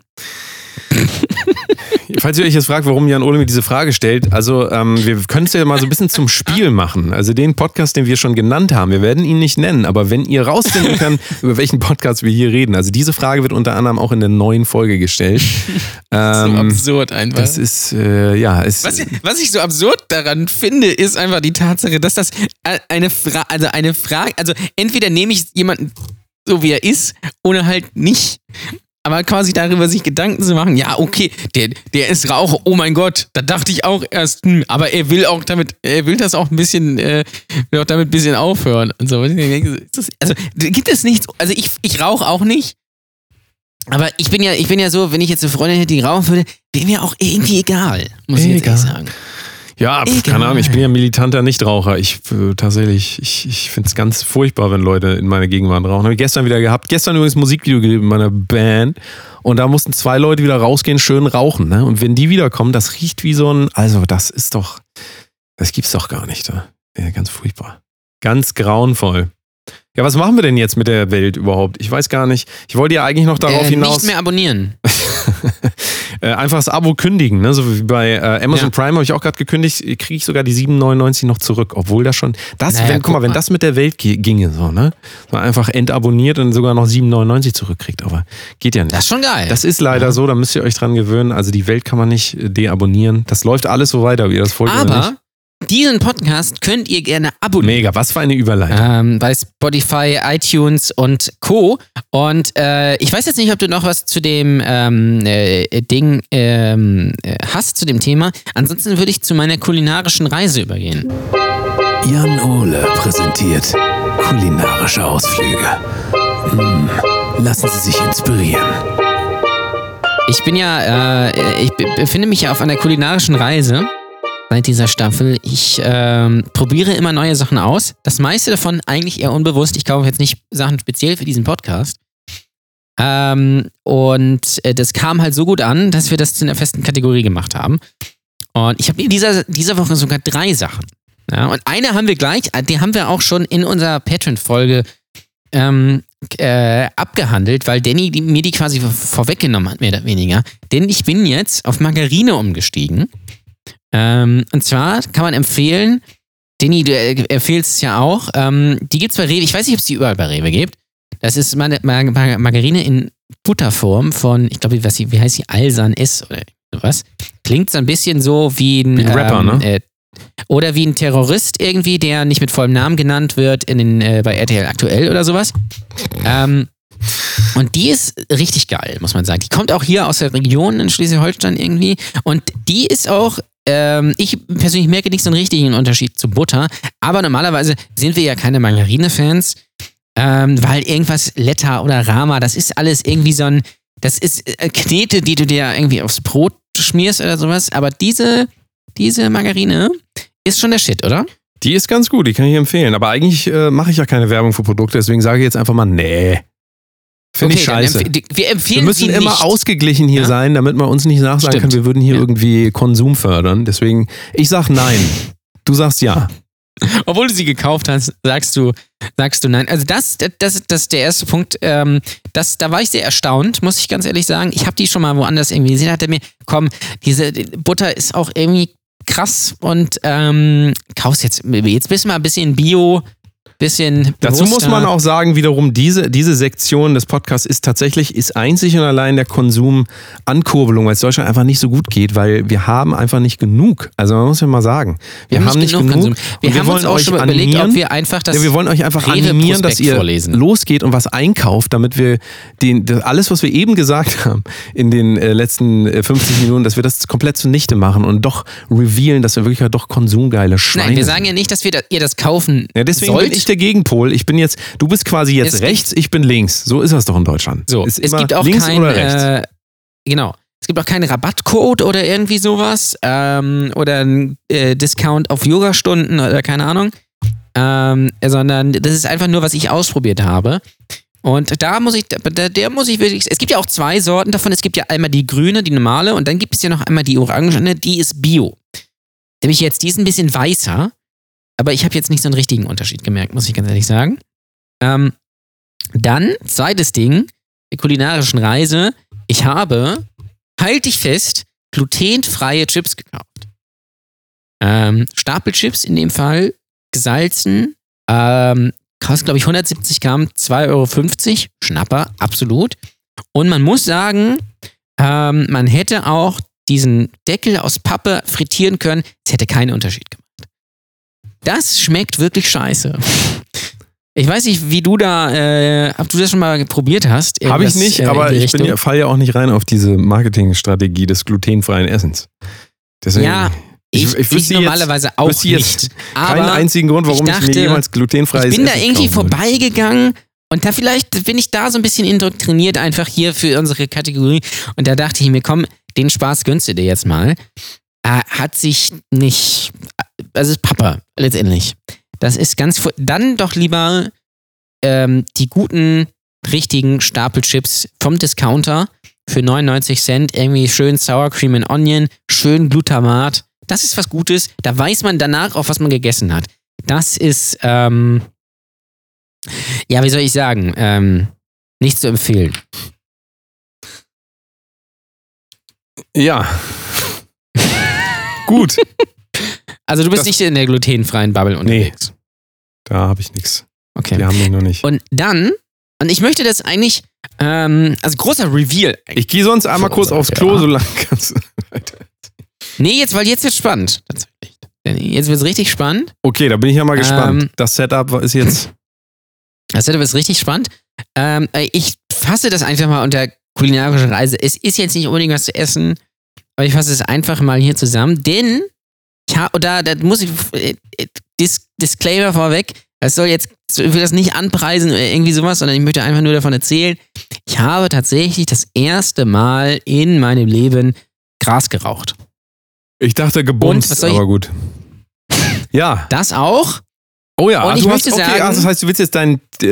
Falls ihr euch jetzt fragt, warum Jan Ole mir diese Frage stellt, also wir können es ja mal so ein bisschen zum Spiel machen. Also den Podcast, den wir schon genannt haben, wir werden ihn nicht nennen, aber wenn ihr rausfinden könnt, über welchen Podcast wir hier reden, also diese Frage wird unter anderem auch in der neuen Folge gestellt. So absurd einfach. Das ist, Was ich so absurd daran finde, ist einfach die Tatsache, dass das eine Frage, also entweder nehme ich jemanden so wie er ist oder halt nicht. Aber quasi darüber sich Gedanken zu machen, ja, okay, der ist Raucher, oh mein Gott, da dachte ich auch erst, aber er will das auch ein bisschen, will auch damit ein bisschen aufhören und so. Also gibt es nichts, also ich rauche auch nicht, aber ich bin ja so, wenn ich jetzt eine Freundin hätte, die rauchen würde, wäre mir auch irgendwie egal, muss ich jetzt ehrlich sagen. Ja, keine Ahnung, ich bin ja militanter Nichtraucher. Ich finde es ganz furchtbar, wenn Leute in meiner Gegenwart rauchen. Habe ich gestern wieder gehabt. Gestern übrigens Musikvideo gegeben in meiner Band. Und da mussten 2 Leute wieder rausgehen, schön rauchen. Ne? Und wenn die wiederkommen, das riecht wie so das gibt's doch gar nicht. Ja, ganz furchtbar. Ganz grauenvoll. Ja, was machen wir denn jetzt mit der Welt überhaupt? Ich weiß gar nicht. Ich wollte ja eigentlich noch darauf hinaus. Nicht mehr abonnieren. Einfach das Abo kündigen, ne? So wie bei Amazon Prime habe ich auch gerade gekündigt, kriege ich sogar die 7,99 noch zurück, obwohl das schon, wenn das mit der Welt ginge, so, ne? So einfach entabonniert und sogar noch 7,99 zurückkriegt, aber geht ja nicht. Das ist schon geil. Das ist leider so, da müsst ihr euch dran gewöhnen, also die Welt kann man nicht deabonnieren, das läuft alles so weiter, wie ihr das wollt oder nicht. Aber diesen Podcast könnt ihr gerne abonnieren. Mega, was für eine Überleitung. Bei Spotify, iTunes und Co. Und ich weiß jetzt nicht, ob du noch was zu dem Ding hast, zu dem Thema. Ansonsten würde ich zu meiner kulinarischen Reise übergehen. Jan Ole präsentiert kulinarische Ausflüge. Lassen Sie sich inspirieren. Ich befinde mich ja auf einer kulinarischen Reise seit dieser Staffel. Ich probiere immer neue Sachen aus. Das meiste davon eigentlich eher unbewusst. Ich kaufe jetzt nicht Sachen speziell für diesen Podcast. Und das kam halt so gut an, dass wir das zu einer festen Kategorie gemacht haben. Und ich habe in dieser Woche sogar 3 Sachen. Ja, und eine haben wir gleich, die haben wir auch schon in unserer Patreon-Folge abgehandelt, weil Danny mir die quasi vorweggenommen hat, mehr oder weniger. Denn ich bin jetzt auf Margarine umgestiegen. Und zwar kann man empfehlen, Danny, du empfehlst es ja auch, die gibt's bei Rewe, ich weiß nicht, ob es die überall bei Rewe gibt. Das ist Margarine in Butterform von, ich glaube, wie heißt die? Alsan S oder sowas. Klingt so ein bisschen so wie ein Rapper, ne? Oder wie ein Terrorist irgendwie, der nicht mit vollem Namen genannt wird bei RTL Aktuell oder sowas. Und die ist richtig geil, muss man sagen. Die kommt auch hier aus der Region in Schleswig-Holstein irgendwie. Und die ist auch, ich persönlich merke nicht so einen richtigen Unterschied zu Butter. Aber normalerweise sind wir ja keine Margarine-Fans, weil irgendwas Letta oder Rama, das ist alles irgendwie das ist Knete, die du dir irgendwie aufs Brot schmierst oder sowas. Aber diese Margarine ist schon der Shit, oder? Die ist ganz gut, die kann ich empfehlen. Aber eigentlich mache ich ja keine Werbung für Produkte, deswegen sage ich jetzt einfach mal, nee. Finde ich scheiße. Wir müssen immer ausgeglichen hier sein, damit man uns nicht nachsagen kann, wir würden hier irgendwie Konsum fördern. Deswegen, ich sag nein. Du sagst ja. Obwohl du sie gekauft hast, sagst du nein. Also das ist der erste Punkt. Da war ich sehr erstaunt, muss ich ganz ehrlich sagen. Ich habe die schon mal woanders irgendwie gesehen. Hat er mir, komm, diese Butter ist auch irgendwie krass und kaufst jetzt bist du mal ein bisschen Bio, bisschen dazu muss man auch sagen, wiederum, diese Sektion des Podcasts ist einzig und allein der Konsumankurbelung, weil es Deutschland einfach nicht so gut geht, weil wir haben einfach nicht genug. Also man muss ja mal sagen, wir haben nicht genug. Wir haben uns auch schon überlegt, ob wir einfach wir wollen euch einfach animieren, dass ihr losgeht und was einkauft, damit wir alles, was wir eben gesagt haben in den letzten 50 Minuten, dass wir das komplett zunichte machen und doch revealen, dass wir wirklich doch konsumgeile Schweine Nein, wir sagen ja nicht, dass ihr das kaufen deswegen sollt. Bin ich der Gegenpol. Du bist quasi jetzt rechts, ich bin links. So ist das doch in Deutschland. So, es gibt auch links oder rechts. Genau. Es gibt auch keinen Rabattcode oder irgendwie sowas. Oder ein Discount auf Yogastunden oder keine Ahnung. Sondern das ist einfach nur, was ich ausprobiert habe. Und der muss ich wirklich, es gibt ja auch 2 Sorten davon. Es gibt ja einmal die grüne, die normale, und dann gibt es ja noch einmal die orangene, die ist Bio. Die ist ein bisschen weißer. Aber ich habe jetzt nicht so einen richtigen Unterschied gemerkt, muss ich ganz ehrlich sagen. Dann, zweites Ding, der kulinarischen Reise. Ich habe, halt dich fest, glutenfreie Chips gekauft. Stapelchips in dem Fall, gesalzen, kostet, glaube ich, 170 Gramm, 2,50 €. Schnapper, absolut. Und man muss sagen, man hätte auch diesen Deckel aus Pappe frittieren können. Es hätte keinen Unterschied gemacht. Das schmeckt wirklich scheiße. Ich weiß nicht, wie du ob du das schon mal probiert hast. Habe ich nicht, aber ich falle ja auch nicht rein auf diese Marketingstrategie des glutenfreien Essens. Deswegen, ja, ich wüsste normalerweise jetzt, auch nicht. Aber keinen einzigen Grund, warum ich mir jemals glutenfreies Essen Ich bin da irgendwie vorbeigegangen und vielleicht bin ich da so ein bisschen indoktriniert einfach hier für unsere Kategorie. Und da dachte ich mir, komm, den Spaß gönnst du dir jetzt mal. Hat sich nicht, also ist Papa letztendlich. Das ist dann doch lieber die guten, richtigen Stapelchips vom Discounter für 99 Cent, irgendwie schön Sour Cream and Onion, schön Glutamat. Das ist was Gutes. Da weiß man danach auch, was man gegessen hat. Das ist, wie soll ich sagen, nicht zu empfehlen. Ja. Gut. Also du bist nicht in der glutenfreien Bubble unterwegs. Da habe ich nichts. Okay. Wir haben den noch nicht. Und ich möchte das eigentlich, also großer Reveal. Ich gehe sonst einmal kurz aufs Klo, so lange kannst du weiter. Nee, weil jetzt wird's spannend. Tatsächlich. Jetzt wird's richtig spannend. Okay, da bin ich ja mal gespannt. Das Setup ist jetzt... Das Setup ist richtig spannend. Ich fasse das einfach mal unter kulinarische Reise. Es ist jetzt nicht unbedingt was zu essen, aber ich fasse es einfach mal hier zusammen, denn da muss ich Disclaimer vorweg, ich will das nicht anpreisen oder irgendwie sowas, sondern ich möchte einfach nur davon erzählen, ich habe tatsächlich das erste Mal in meinem Leben Gras geraucht. Ich dachte gebumst, aber gut. Ja. Das auch? Oh ja, und ich möchte sagen, das heißt, du willst jetzt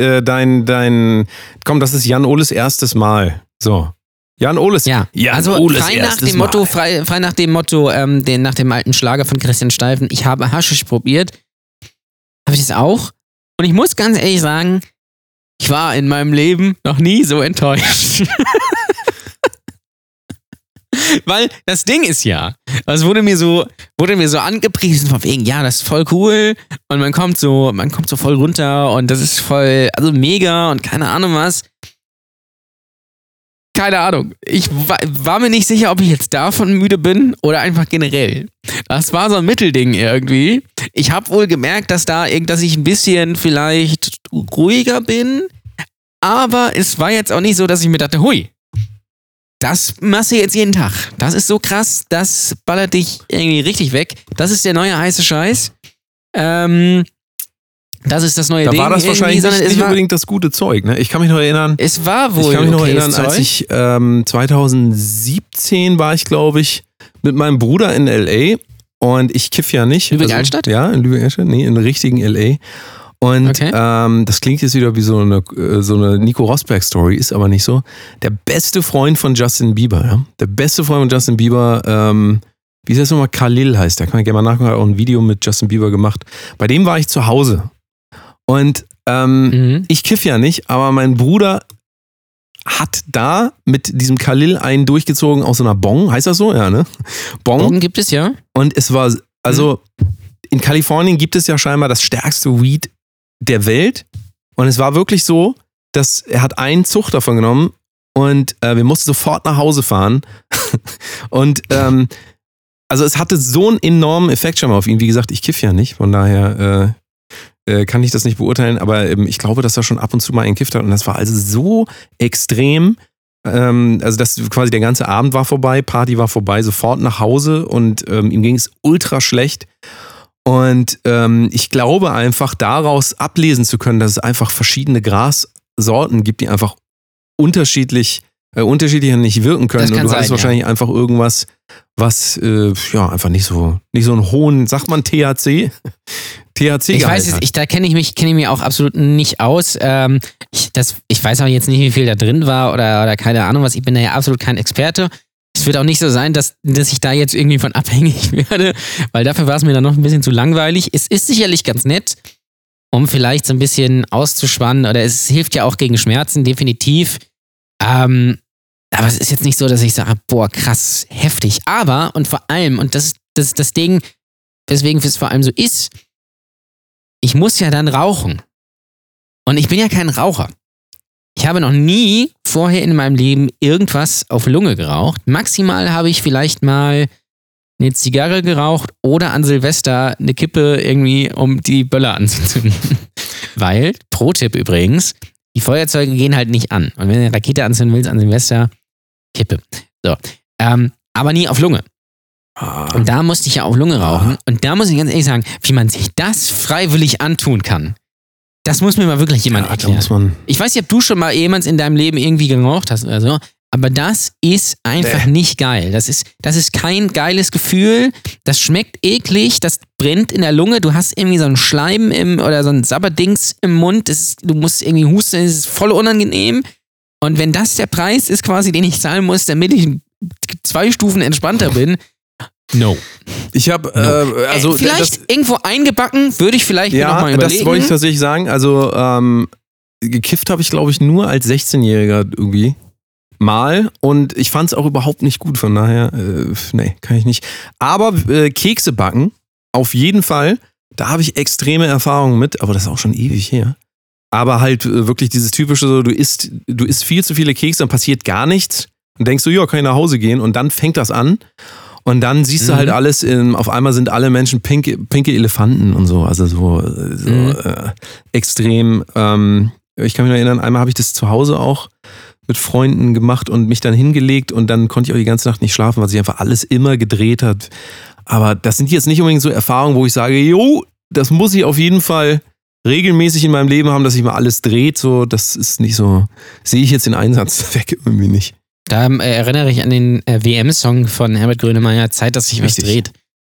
komm, das ist Jan Ohles erstes Mal. So. Jan Ohles. Ja, also frei nach dem Motto, nach dem alten Schlager von Christian Steifen, ich habe Haschisch probiert, habe ich das auch. Und ich muss ganz ehrlich sagen, ich war in meinem Leben noch nie so enttäuscht. Weil das Ding ist ja, es wurde mir so angepriesen von wegen, ja, das ist voll cool und man kommt so voll runter und das ist voll, also mega und keine Ahnung was. Keine Ahnung. Ich war mir nicht sicher, ob ich jetzt davon müde bin oder einfach generell. Das war so ein Mittelding irgendwie. Ich habe wohl gemerkt, dass ich ein bisschen vielleicht ruhiger bin, aber es war jetzt auch nicht so, dass ich mir dachte, hui, das machst du jetzt jeden Tag. Das ist so krass, das ballert dich irgendwie richtig weg. Das ist der neue heiße Scheiß. Das ist das neue Ding. Da war das wahrscheinlich nicht unbedingt das gute Zeug, ne? Ich kann mich noch erinnern. Es war wohl. Ich kann mich noch erinnern, als ich 2017 war ich, glaube ich, mit meinem Bruder in L.A. und ich kiff ja nicht. Lübeck-Altstadt? Ja, in Lübeck-Altstadt. Nee, in richtigen L.A. Und okay. Das klingt jetzt wieder wie so eine Nico Rosberg-Story, ist aber nicht so. Der beste Freund von Justin Bieber, ja? Der beste Freund von Justin Bieber, wie ist das nochmal? Khalil heißt der. Kann man gerne mal nachgucken, hat auch ein Video mit Justin Bieber gemacht. Bei dem war ich zu Hause. Und ich kiff ja nicht, aber mein Bruder hat da mit diesem Khalil einen durchgezogen aus so einer Bong. Heißt das so? Ja, ne? Bong gibt es, ja. Und es war, also in Kalifornien gibt es ja scheinbar das stärkste Weed der Welt. Und es war wirklich so, dass er hat einen Zug davon genommen und wir mussten sofort nach Hause fahren. Und also es hatte so einen enormen Effekt schon mal auf ihn. Wie gesagt, ich kiff ja nicht, von daher kann ich das nicht beurteilen, aber ich glaube, dass er schon ab und zu mal gekifft hat und das war also so extrem, also dass quasi der ganze Abend war vorbei, Party war vorbei, sofort nach Hause und ihm ging es ultra schlecht. Und ich glaube einfach daraus ablesen zu können, dass es einfach verschiedene Grassorten gibt, die einfach unterschiedlicher nicht wirken können. Und du hast wahrscheinlich einfach irgendwas, was einfach nicht so einen hohen, sagt man THC? Ich weiß es, da kenne ich mich auch absolut nicht aus. Ich weiß aber jetzt nicht, wie viel da drin war oder keine Ahnung was. Ich bin da ja absolut kein Experte. Es wird auch nicht so sein, dass ich da jetzt irgendwie von abhängig werde, weil dafür war es mir dann noch ein bisschen zu langweilig. Es ist sicherlich ganz nett, um vielleicht so ein bisschen auszuspannen oder es hilft ja auch gegen Schmerzen, definitiv. Aber es ist jetzt nicht so, dass ich sage, boah, krass, heftig. Aber, und vor allem, und das ist das Ding, weswegen es vor allem so ist, ich muss ja dann rauchen. Und ich bin ja kein Raucher. Ich habe noch nie vorher in meinem Leben irgendwas auf Lunge geraucht. Maximal habe ich vielleicht mal eine Zigarre geraucht oder an Silvester eine Kippe irgendwie, um die Böller anzuzünden. Weil, Pro-Tipp übrigens, die Feuerzeuge gehen halt nicht an. Und wenn du eine Rakete anzünden willst an Silvester, Kippe. So. Aber nie auf Lunge. Und da musste ich ja auf Lunge rauchen. Und da muss ich ganz ehrlich sagen, wie man sich das freiwillig antun kann, das muss mir mal wirklich jemand erklären. Ich weiß nicht, ob du schon mal jemals in deinem Leben irgendwie geraucht hast oder so, aber das ist einfach nicht geil. Das ist kein geiles Gefühl. Das schmeckt eklig, das brennt in der Lunge. Du hast irgendwie so einen Schleim oder so ein Sabberdings im Mund. Du musst irgendwie husten, das ist voll unangenehm. Und wenn das der Preis ist quasi, den ich zahlen muss, damit ich 2 Stufen entspannter bin, no. Ich habe, vielleicht irgendwo eingebacken, würde ich vielleicht mir nochmal überlegen. Das wollte ich tatsächlich sagen. Also, gekifft habe ich, glaube ich, nur als 16-Jähriger irgendwie mal und ich fand es auch überhaupt nicht gut, von daher, nee, kann ich nicht. Aber Kekse backen, auf jeden Fall, da habe ich extreme Erfahrungen mit, aber das ist auch schon ewig her. Aber halt wirklich dieses typische, so, du isst viel zu viele Kekse, dann passiert gar nichts und denkst du, ja, kann ich nach Hause gehen und dann fängt das an und dann siehst du halt alles, auf einmal sind alle Menschen pinke Elefanten und so, also so extrem. Ich kann mich noch erinnern, einmal habe ich das zu Hause auch mit Freunden gemacht und mich dann hingelegt und dann konnte ich auch die ganze Nacht nicht schlafen, weil sich einfach alles immer gedreht hat. Aber das sind jetzt nicht unbedingt so Erfahrungen, wo ich sage, jo, das muss ich auf jeden Fall regelmäßig in meinem Leben haben, dass sich mal alles dreht. So, das ist nicht so, sehe ich jetzt den Einsatzzweck irgendwie nicht. Da erinnere ich an den WM-Song von Herbert Grönemeyer, Zeit, dass sich was dreht.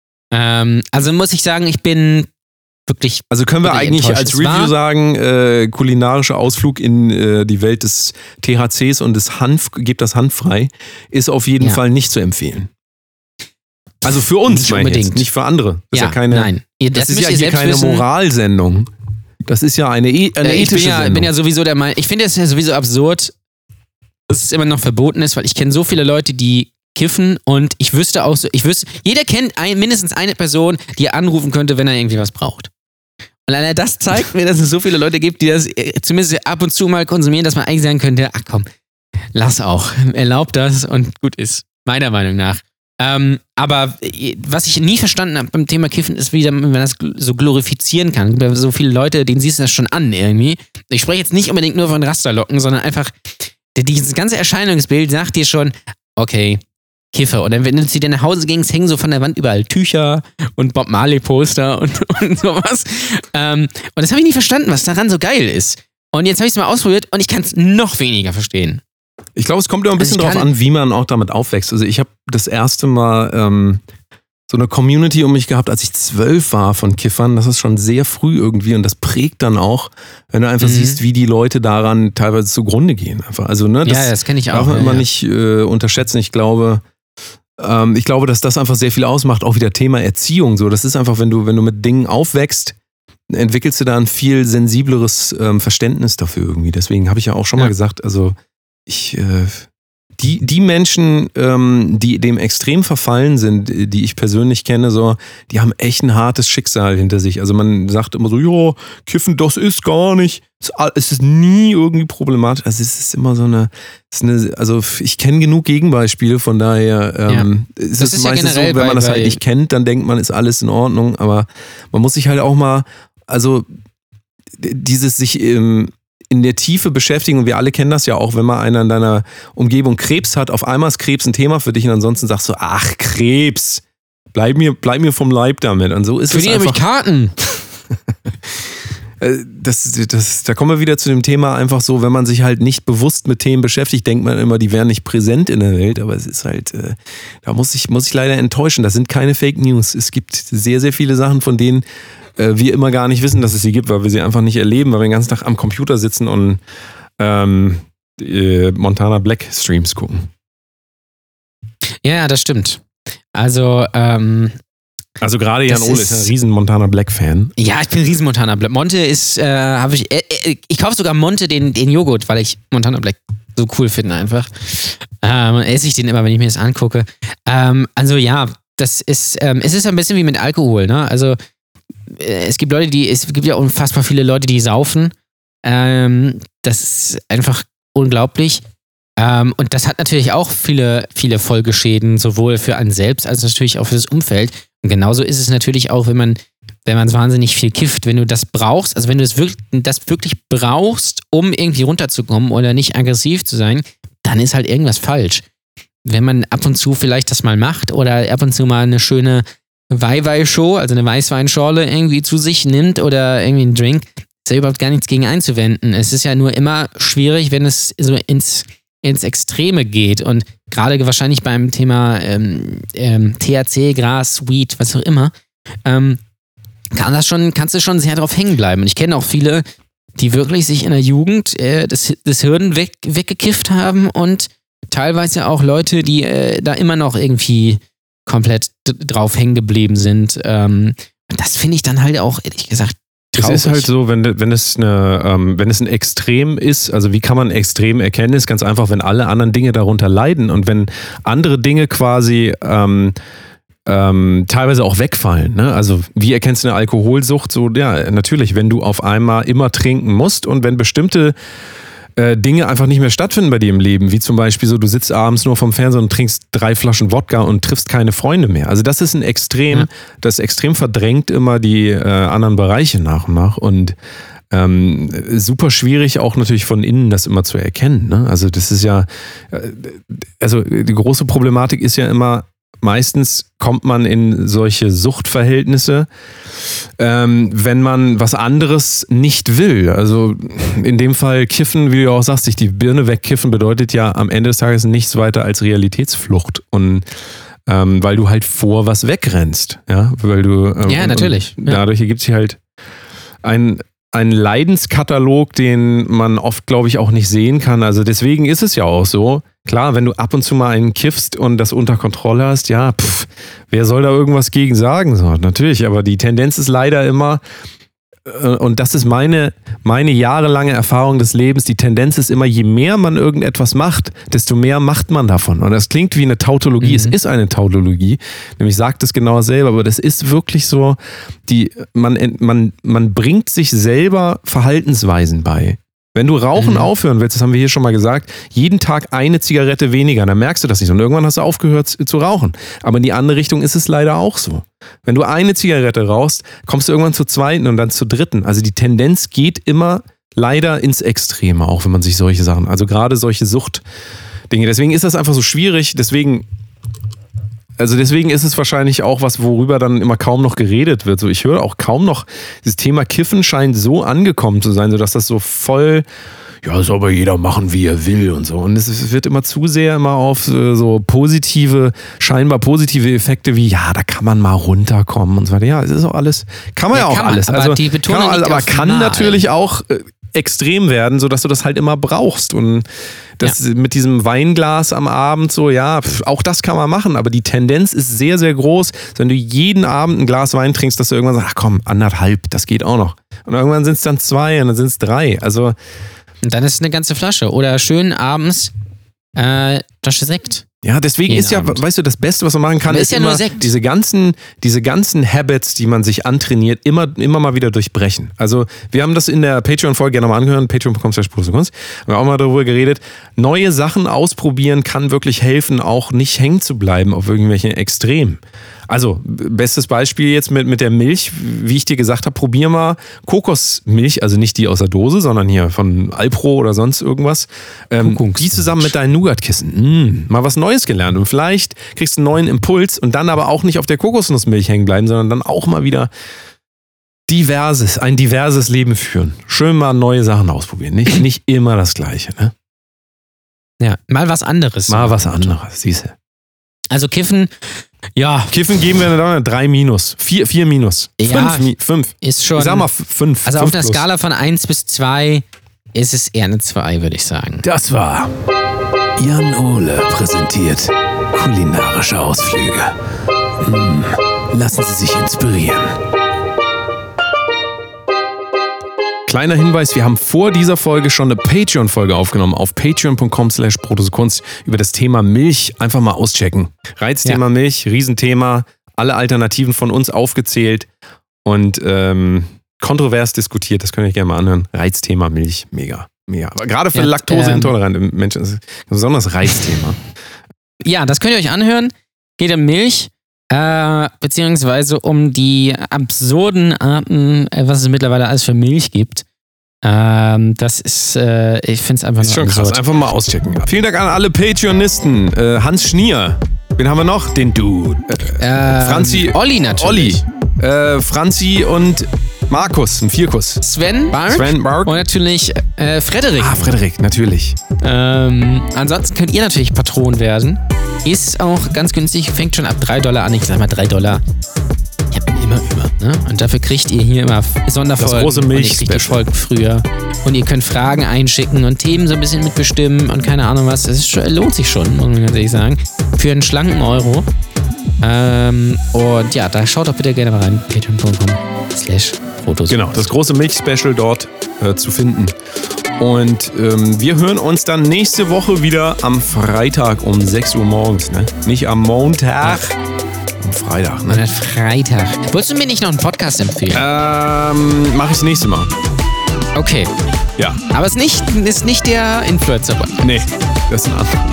Also muss ich sagen, ich bin wirklich. Also können wir eigentlich als Review sagen, kulinarischer Ausflug in die Welt des THCs und des Hanf, gebt das Hanf frei, ist auf jeden Fall nicht zu empfehlen. Also für uns, nicht unbedingt. Nicht für andere. Das ist ja keine, nein. Das ist ja hier keine Moralsendung. Das ist ja eine ethische Sendung. Ich bin ja sowieso der Meinung, ich finde es ja sowieso absurd, dass es immer noch verboten ist, weil ich kenne so viele Leute, die kiffen und ich wüsste auch so, jeder kennt mindestens eine Person, die er anrufen könnte, wenn er irgendwie was braucht. Und allein das zeigt mir, dass es so viele Leute gibt, die das zumindest ab und zu mal konsumieren, dass man eigentlich sagen könnte, ach komm, lass auch, erlaubt das und gut ist, meiner Meinung nach. Aber was ich nie verstanden habe beim Thema Kiffen, ist, wie man das so glorifizieren kann. Es gibt so viele Leute, denen siehst du das schon an irgendwie. Ich spreche jetzt nicht unbedingt nur von Rasterlocken, sondern einfach, dieses ganze Erscheinungsbild sagt dir schon, okay, Kiffer. Und dann, wenn du zu dir nach Hause gingst, hängen so von der Wand überall Tücher und Bob Marley-Poster und sowas. Und das habe ich nie verstanden, was daran so geil ist. Und jetzt habe ich es mal ausprobiert und ich kann es noch weniger verstehen. Ich glaube, es kommt ja ein bisschen drauf an, wie man auch damit aufwächst. Also ich habe das erste Mal so eine Community um mich gehabt, als ich 12 war von Kiffern. Das ist schon sehr früh irgendwie und das prägt dann auch, wenn du einfach siehst, wie die Leute daran teilweise zugrunde gehen. Einfach. Also, ne, das kenne ich auch. Darf man immer nicht unterschätzen. Ich glaube, dass das einfach sehr viel ausmacht. Auch wieder Thema Erziehung. So, das ist einfach, wenn du mit Dingen aufwächst, entwickelst du da ein viel sensibleres Verständnis dafür irgendwie. Deswegen habe ich ja auch schon mal gesagt, also die Menschen, die dem extrem verfallen sind, die ich persönlich kenne, so, die haben echt ein hartes Schicksal hinter sich. Also man sagt immer so, ja, Kiffen, das ist gar nicht, es ist nie irgendwie problematisch. Also es ist immer so also ich kenne genug Gegenbeispiele, von daher ist es meistens so, wenn man das halt nicht kennt, dann denkt man, ist alles in Ordnung, aber man muss sich halt auch mal, also dieses sich in der Tiefe beschäftigen, und wir alle kennen das ja auch, wenn mal einer in deiner Umgebung Krebs hat, auf einmal ist Krebs ein Thema für dich und ansonsten sagst du, ach, Krebs, bleib mir vom Leib damit. Und so ist es einfach. Für Karten. Da kommen wir wieder zu dem Thema einfach so, wenn man sich halt nicht bewusst mit Themen beschäftigt, denkt man immer, die wären nicht präsent in der Welt, aber es ist halt, da muss ich leider enttäuschen, das sind keine Fake News. Es gibt sehr, sehr viele Sachen, von denen wir immer gar nicht wissen, dass es sie gibt, weil wir sie einfach nicht erleben, weil wir den ganzen Tag am Computer sitzen und Montana Black Streams gucken. Ja, das stimmt. Also gerade Jan Ole ist ein riesen Montana Black Fan. Ja, ich bin ein riesen Montana Black. Monte ist, ich kaufe sogar Monte den Joghurt, weil ich Montana Black so cool finde einfach. Esse ich den immer, wenn ich mir das angucke. Also ja, das ist, es ist ein bisschen wie mit Alkohol, ne? Also es gibt ja unfassbar viele Leute, die saufen. Das ist einfach unglaublich. Und das hat natürlich auch viele, viele Folgeschäden, sowohl für einen selbst als natürlich auch für das Umfeld. Und genauso ist es natürlich auch, wenn man wahnsinnig viel kifft, wenn du das brauchst, also wenn du das wirklich brauchst, um irgendwie runterzukommen oder nicht aggressiv zu sein, dann ist halt irgendwas falsch. Wenn man ab und zu vielleicht das mal macht oder ab und zu mal eine schöne Weihweih-Show, also eine Weißweinschorle irgendwie zu sich nimmt oder irgendwie einen Drink, ist ja überhaupt gar nichts gegen einzuwenden. Es ist ja nur immer schwierig, wenn es so ins Extreme geht und gerade wahrscheinlich beim Thema THC, Gras, Weed, was auch immer, kannst du schon sehr drauf hängen bleiben. Und ich kenne auch viele, die wirklich sich in der Jugend das Hirn weggekifft haben und teilweise auch Leute, die da immer noch irgendwie komplett drauf hängen geblieben sind. Und das finde ich dann halt auch, ehrlich gesagt, traurig. Es ist halt so, wenn es ein Extrem ist, also wie kann man Extrem erkennen, ist ganz einfach, wenn alle anderen Dinge darunter leiden und wenn andere Dinge quasi teilweise auch wegfallen. Ne? Also wie erkennst du eine Alkoholsucht? So, ja, natürlich, wenn du auf einmal immer trinken musst und wenn bestimmte Dinge einfach nicht mehr stattfinden bei dir im Leben, wie zum Beispiel so, du sitzt abends nur vorm Fernseher und trinkst 3 Flaschen Wodka und triffst keine Freunde mehr. Also das ist ein Extrem, das Extrem verdrängt immer die anderen Bereiche nach und nach und super schwierig auch natürlich von innen das immer zu erkennen. Ne? Also das ist ja, also die große Problematik ist ja immer, meistens kommt man in solche Suchtverhältnisse, wenn man was anderes nicht will. Also in dem Fall Kiffen, wie du auch sagst, sich die Birne wegkiffen bedeutet ja am Ende des Tages nichts weiter als Realitätsflucht. Und weil du halt vor was wegrennst. Ja, weil du, ja, natürlich. Dadurch ergibt sich halt ein Leidenskatalog, den man oft, glaube ich, auch nicht sehen kann. Also deswegen ist es ja auch so. Klar, wenn du ab und zu mal einen kiffst und das unter Kontrolle hast, ja, wer soll da irgendwas gegen sagen? So, natürlich, aber die Tendenz ist leider immer, und das ist meine jahrelange Erfahrung des Lebens, die Tendenz ist immer, je mehr man irgendetwas macht, desto mehr macht man davon. Und das klingt wie eine Tautologie, es ist eine Tautologie, nämlich sagt es genau selber, aber das ist wirklich so, man bringt sich selber Verhaltensweisen bei. Wenn du Rauchen aufhören willst, das haben wir hier schon mal gesagt, jeden Tag eine Zigarette weniger, dann merkst du das nicht. Und irgendwann hast du aufgehört zu rauchen. Aber in die andere Richtung ist es leider auch so. Wenn du eine Zigarette rauchst, kommst du irgendwann zur zweiten und dann zur dritten. Also die Tendenz geht immer leider ins Extreme, auch wenn man sich solche Sachen, also gerade solche Suchtdinge. Deswegen ist das einfach so schwierig. Deswegen ist es wahrscheinlich auch was, worüber dann immer kaum noch geredet wird. So, ich höre auch kaum noch, dieses Thema Kiffen scheint so angekommen zu sein, sodass das so voll, ja, soll aber jeder machen, wie er will und so. Und es wird immer zu sehr immer auf so scheinbar positive Effekte wie, ja, da kann man mal runterkommen und so weiter. Ja, es ist auch alles, kann man ja auch alles. Aber also, die Betonung kann natürlich auch extrem werden, sodass du das halt immer brauchst. Und das mit diesem Weinglas am Abend so, ja, auch das kann man machen, aber die Tendenz ist sehr, sehr groß, wenn du jeden Abend ein Glas Wein trinkst, dass du irgendwann sagst, ach komm, 1,5, das geht auch noch. Und irgendwann sind es dann 2 und dann sind es 3. Also und dann ist es eine ganze Flasche. Oder schön abends Flasche Sekt. Ja, deswegen ist ja, weißt du, das Beste, was man machen kann, ist ja immer diese ganzen Habits, die man sich antrainiert, immer mal wieder durchbrechen. Also wir haben das in der Patreon-Folge gerne mal angehört, patreon.com/protosekunst, haben wir auch mal darüber geredet. Neue Sachen ausprobieren kann wirklich helfen, auch nicht hängen zu bleiben auf irgendwelchen Extremen. Also, bestes Beispiel jetzt mit der Milch, wie ich dir gesagt habe, probier mal Kokosmilch, also nicht die aus der Dose, sondern hier von Alpro oder sonst irgendwas. Die zusammen mit deinen Nougatkissen. Mal was Neues gelernt und vielleicht kriegst du einen neuen Impuls und dann aber auch nicht auf der Kokosnussmilch hängen bleiben, sondern dann auch mal wieder ein diverses Leben führen. Schön mal neue Sachen ausprobieren, nicht immer das Gleiche, ne? Ja, mal was anderes. Mal was anderes, siehst du. Also Kiffen, ja. Kiffen geben wir dann 3 minus, 4 minus, 5. Ist schon. Ich sag mal 5. Also 5 auf einer plus. Skala von 1 bis 2 ist es eher eine 2, würde ich sagen. Das war Jan Ole präsentiert kulinarische Ausflüge. Lassen Sie sich inspirieren. Kleiner Hinweis, wir haben vor dieser Folge schon eine Patreon-Folge aufgenommen auf patreon.com/protosekunst über das Thema Milch. Einfach mal auschecken. Reizthema Milch, Riesenthema, alle Alternativen von uns aufgezählt und kontrovers diskutiert, das könnt ihr euch gerne mal anhören. Reizthema Milch, mega. Aber gerade für laktoseintolerante Menschen ist es ein besonderes Reizthema. Ja, das könnt ihr euch anhören. Geht um Milch, beziehungsweise um die absurden Arten, was es mittlerweile alles für Milch gibt. Das ist, ich finde es einfach ist schon absurd. Krass, einfach mal auschecken. Vielen Dank an alle Patreonisten. Hans Schnier, wen haben wir noch? Den Dude. Franzi. Olli natürlich. Franzi und Markus, ein Vierkuss. Sven Bark. Und natürlich Frederik. Frederik, natürlich. Ansonsten könnt ihr natürlich Patron werden. Ist auch ganz günstig, fängt schon ab $3 an. Ich sag mal $3. Ich hab ihn immer über. Ne? Und dafür kriegt ihr hier immer Sonderfolgen. Das große Milch. Und ihr kriegt die Folgen früher. Und ihr könnt Fragen einschicken und Themen so ein bisschen mitbestimmen und keine Ahnung was. Das lohnt sich schon, muss man ganz ehrlich sagen. Für einen schlanken Euro. Und ja, da schaut doch bitte gerne mal rein. patreon.com/protosekunst. Protos. Genau, das große Milch-Special dort zu finden. Und wir hören uns dann nächste Woche wieder am Freitag um 6 Uhr morgens. Ne? Nicht am Montag, am Freitag. Ne? Sondern Freitag. Wolltest du mir nicht noch einen Podcast empfehlen? Mach ich das nächste Mal. Okay. Ja. Aber es ist nicht der Influencer-Podcast. Nee, das ist ein anderer.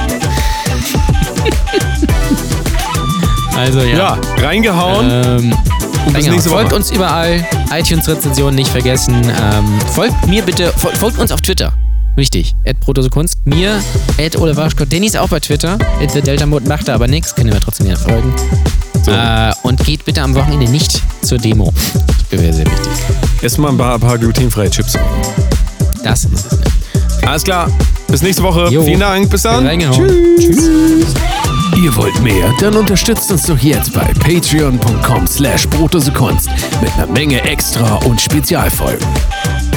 Also Ja, reingehauen. Und bis nächste Woche. Folgt uns überall. iTunes-Rezensionen nicht vergessen. Folgt mir bitte. Folgt uns auf Twitter. Wichtig. @protosekunst. Mir, @Ole Waschkott. Denny ist auch bei Twitter. @TheDeltaMod macht da aber nichts. Können wir trotzdem wieder folgen. So. Und geht bitte am Wochenende nicht zur Demo. Das wäre sehr wichtig. Erstmal ein paar glutenfreie Chips. Das ist es. Alles klar. Bis nächste Woche. Jo. Vielen Dank. Bis dann. Tschüss. Ihr wollt mehr? Dann unterstützt uns doch jetzt bei patreon.com/protosekunst mit einer Menge Extra- und Spezialfolgen.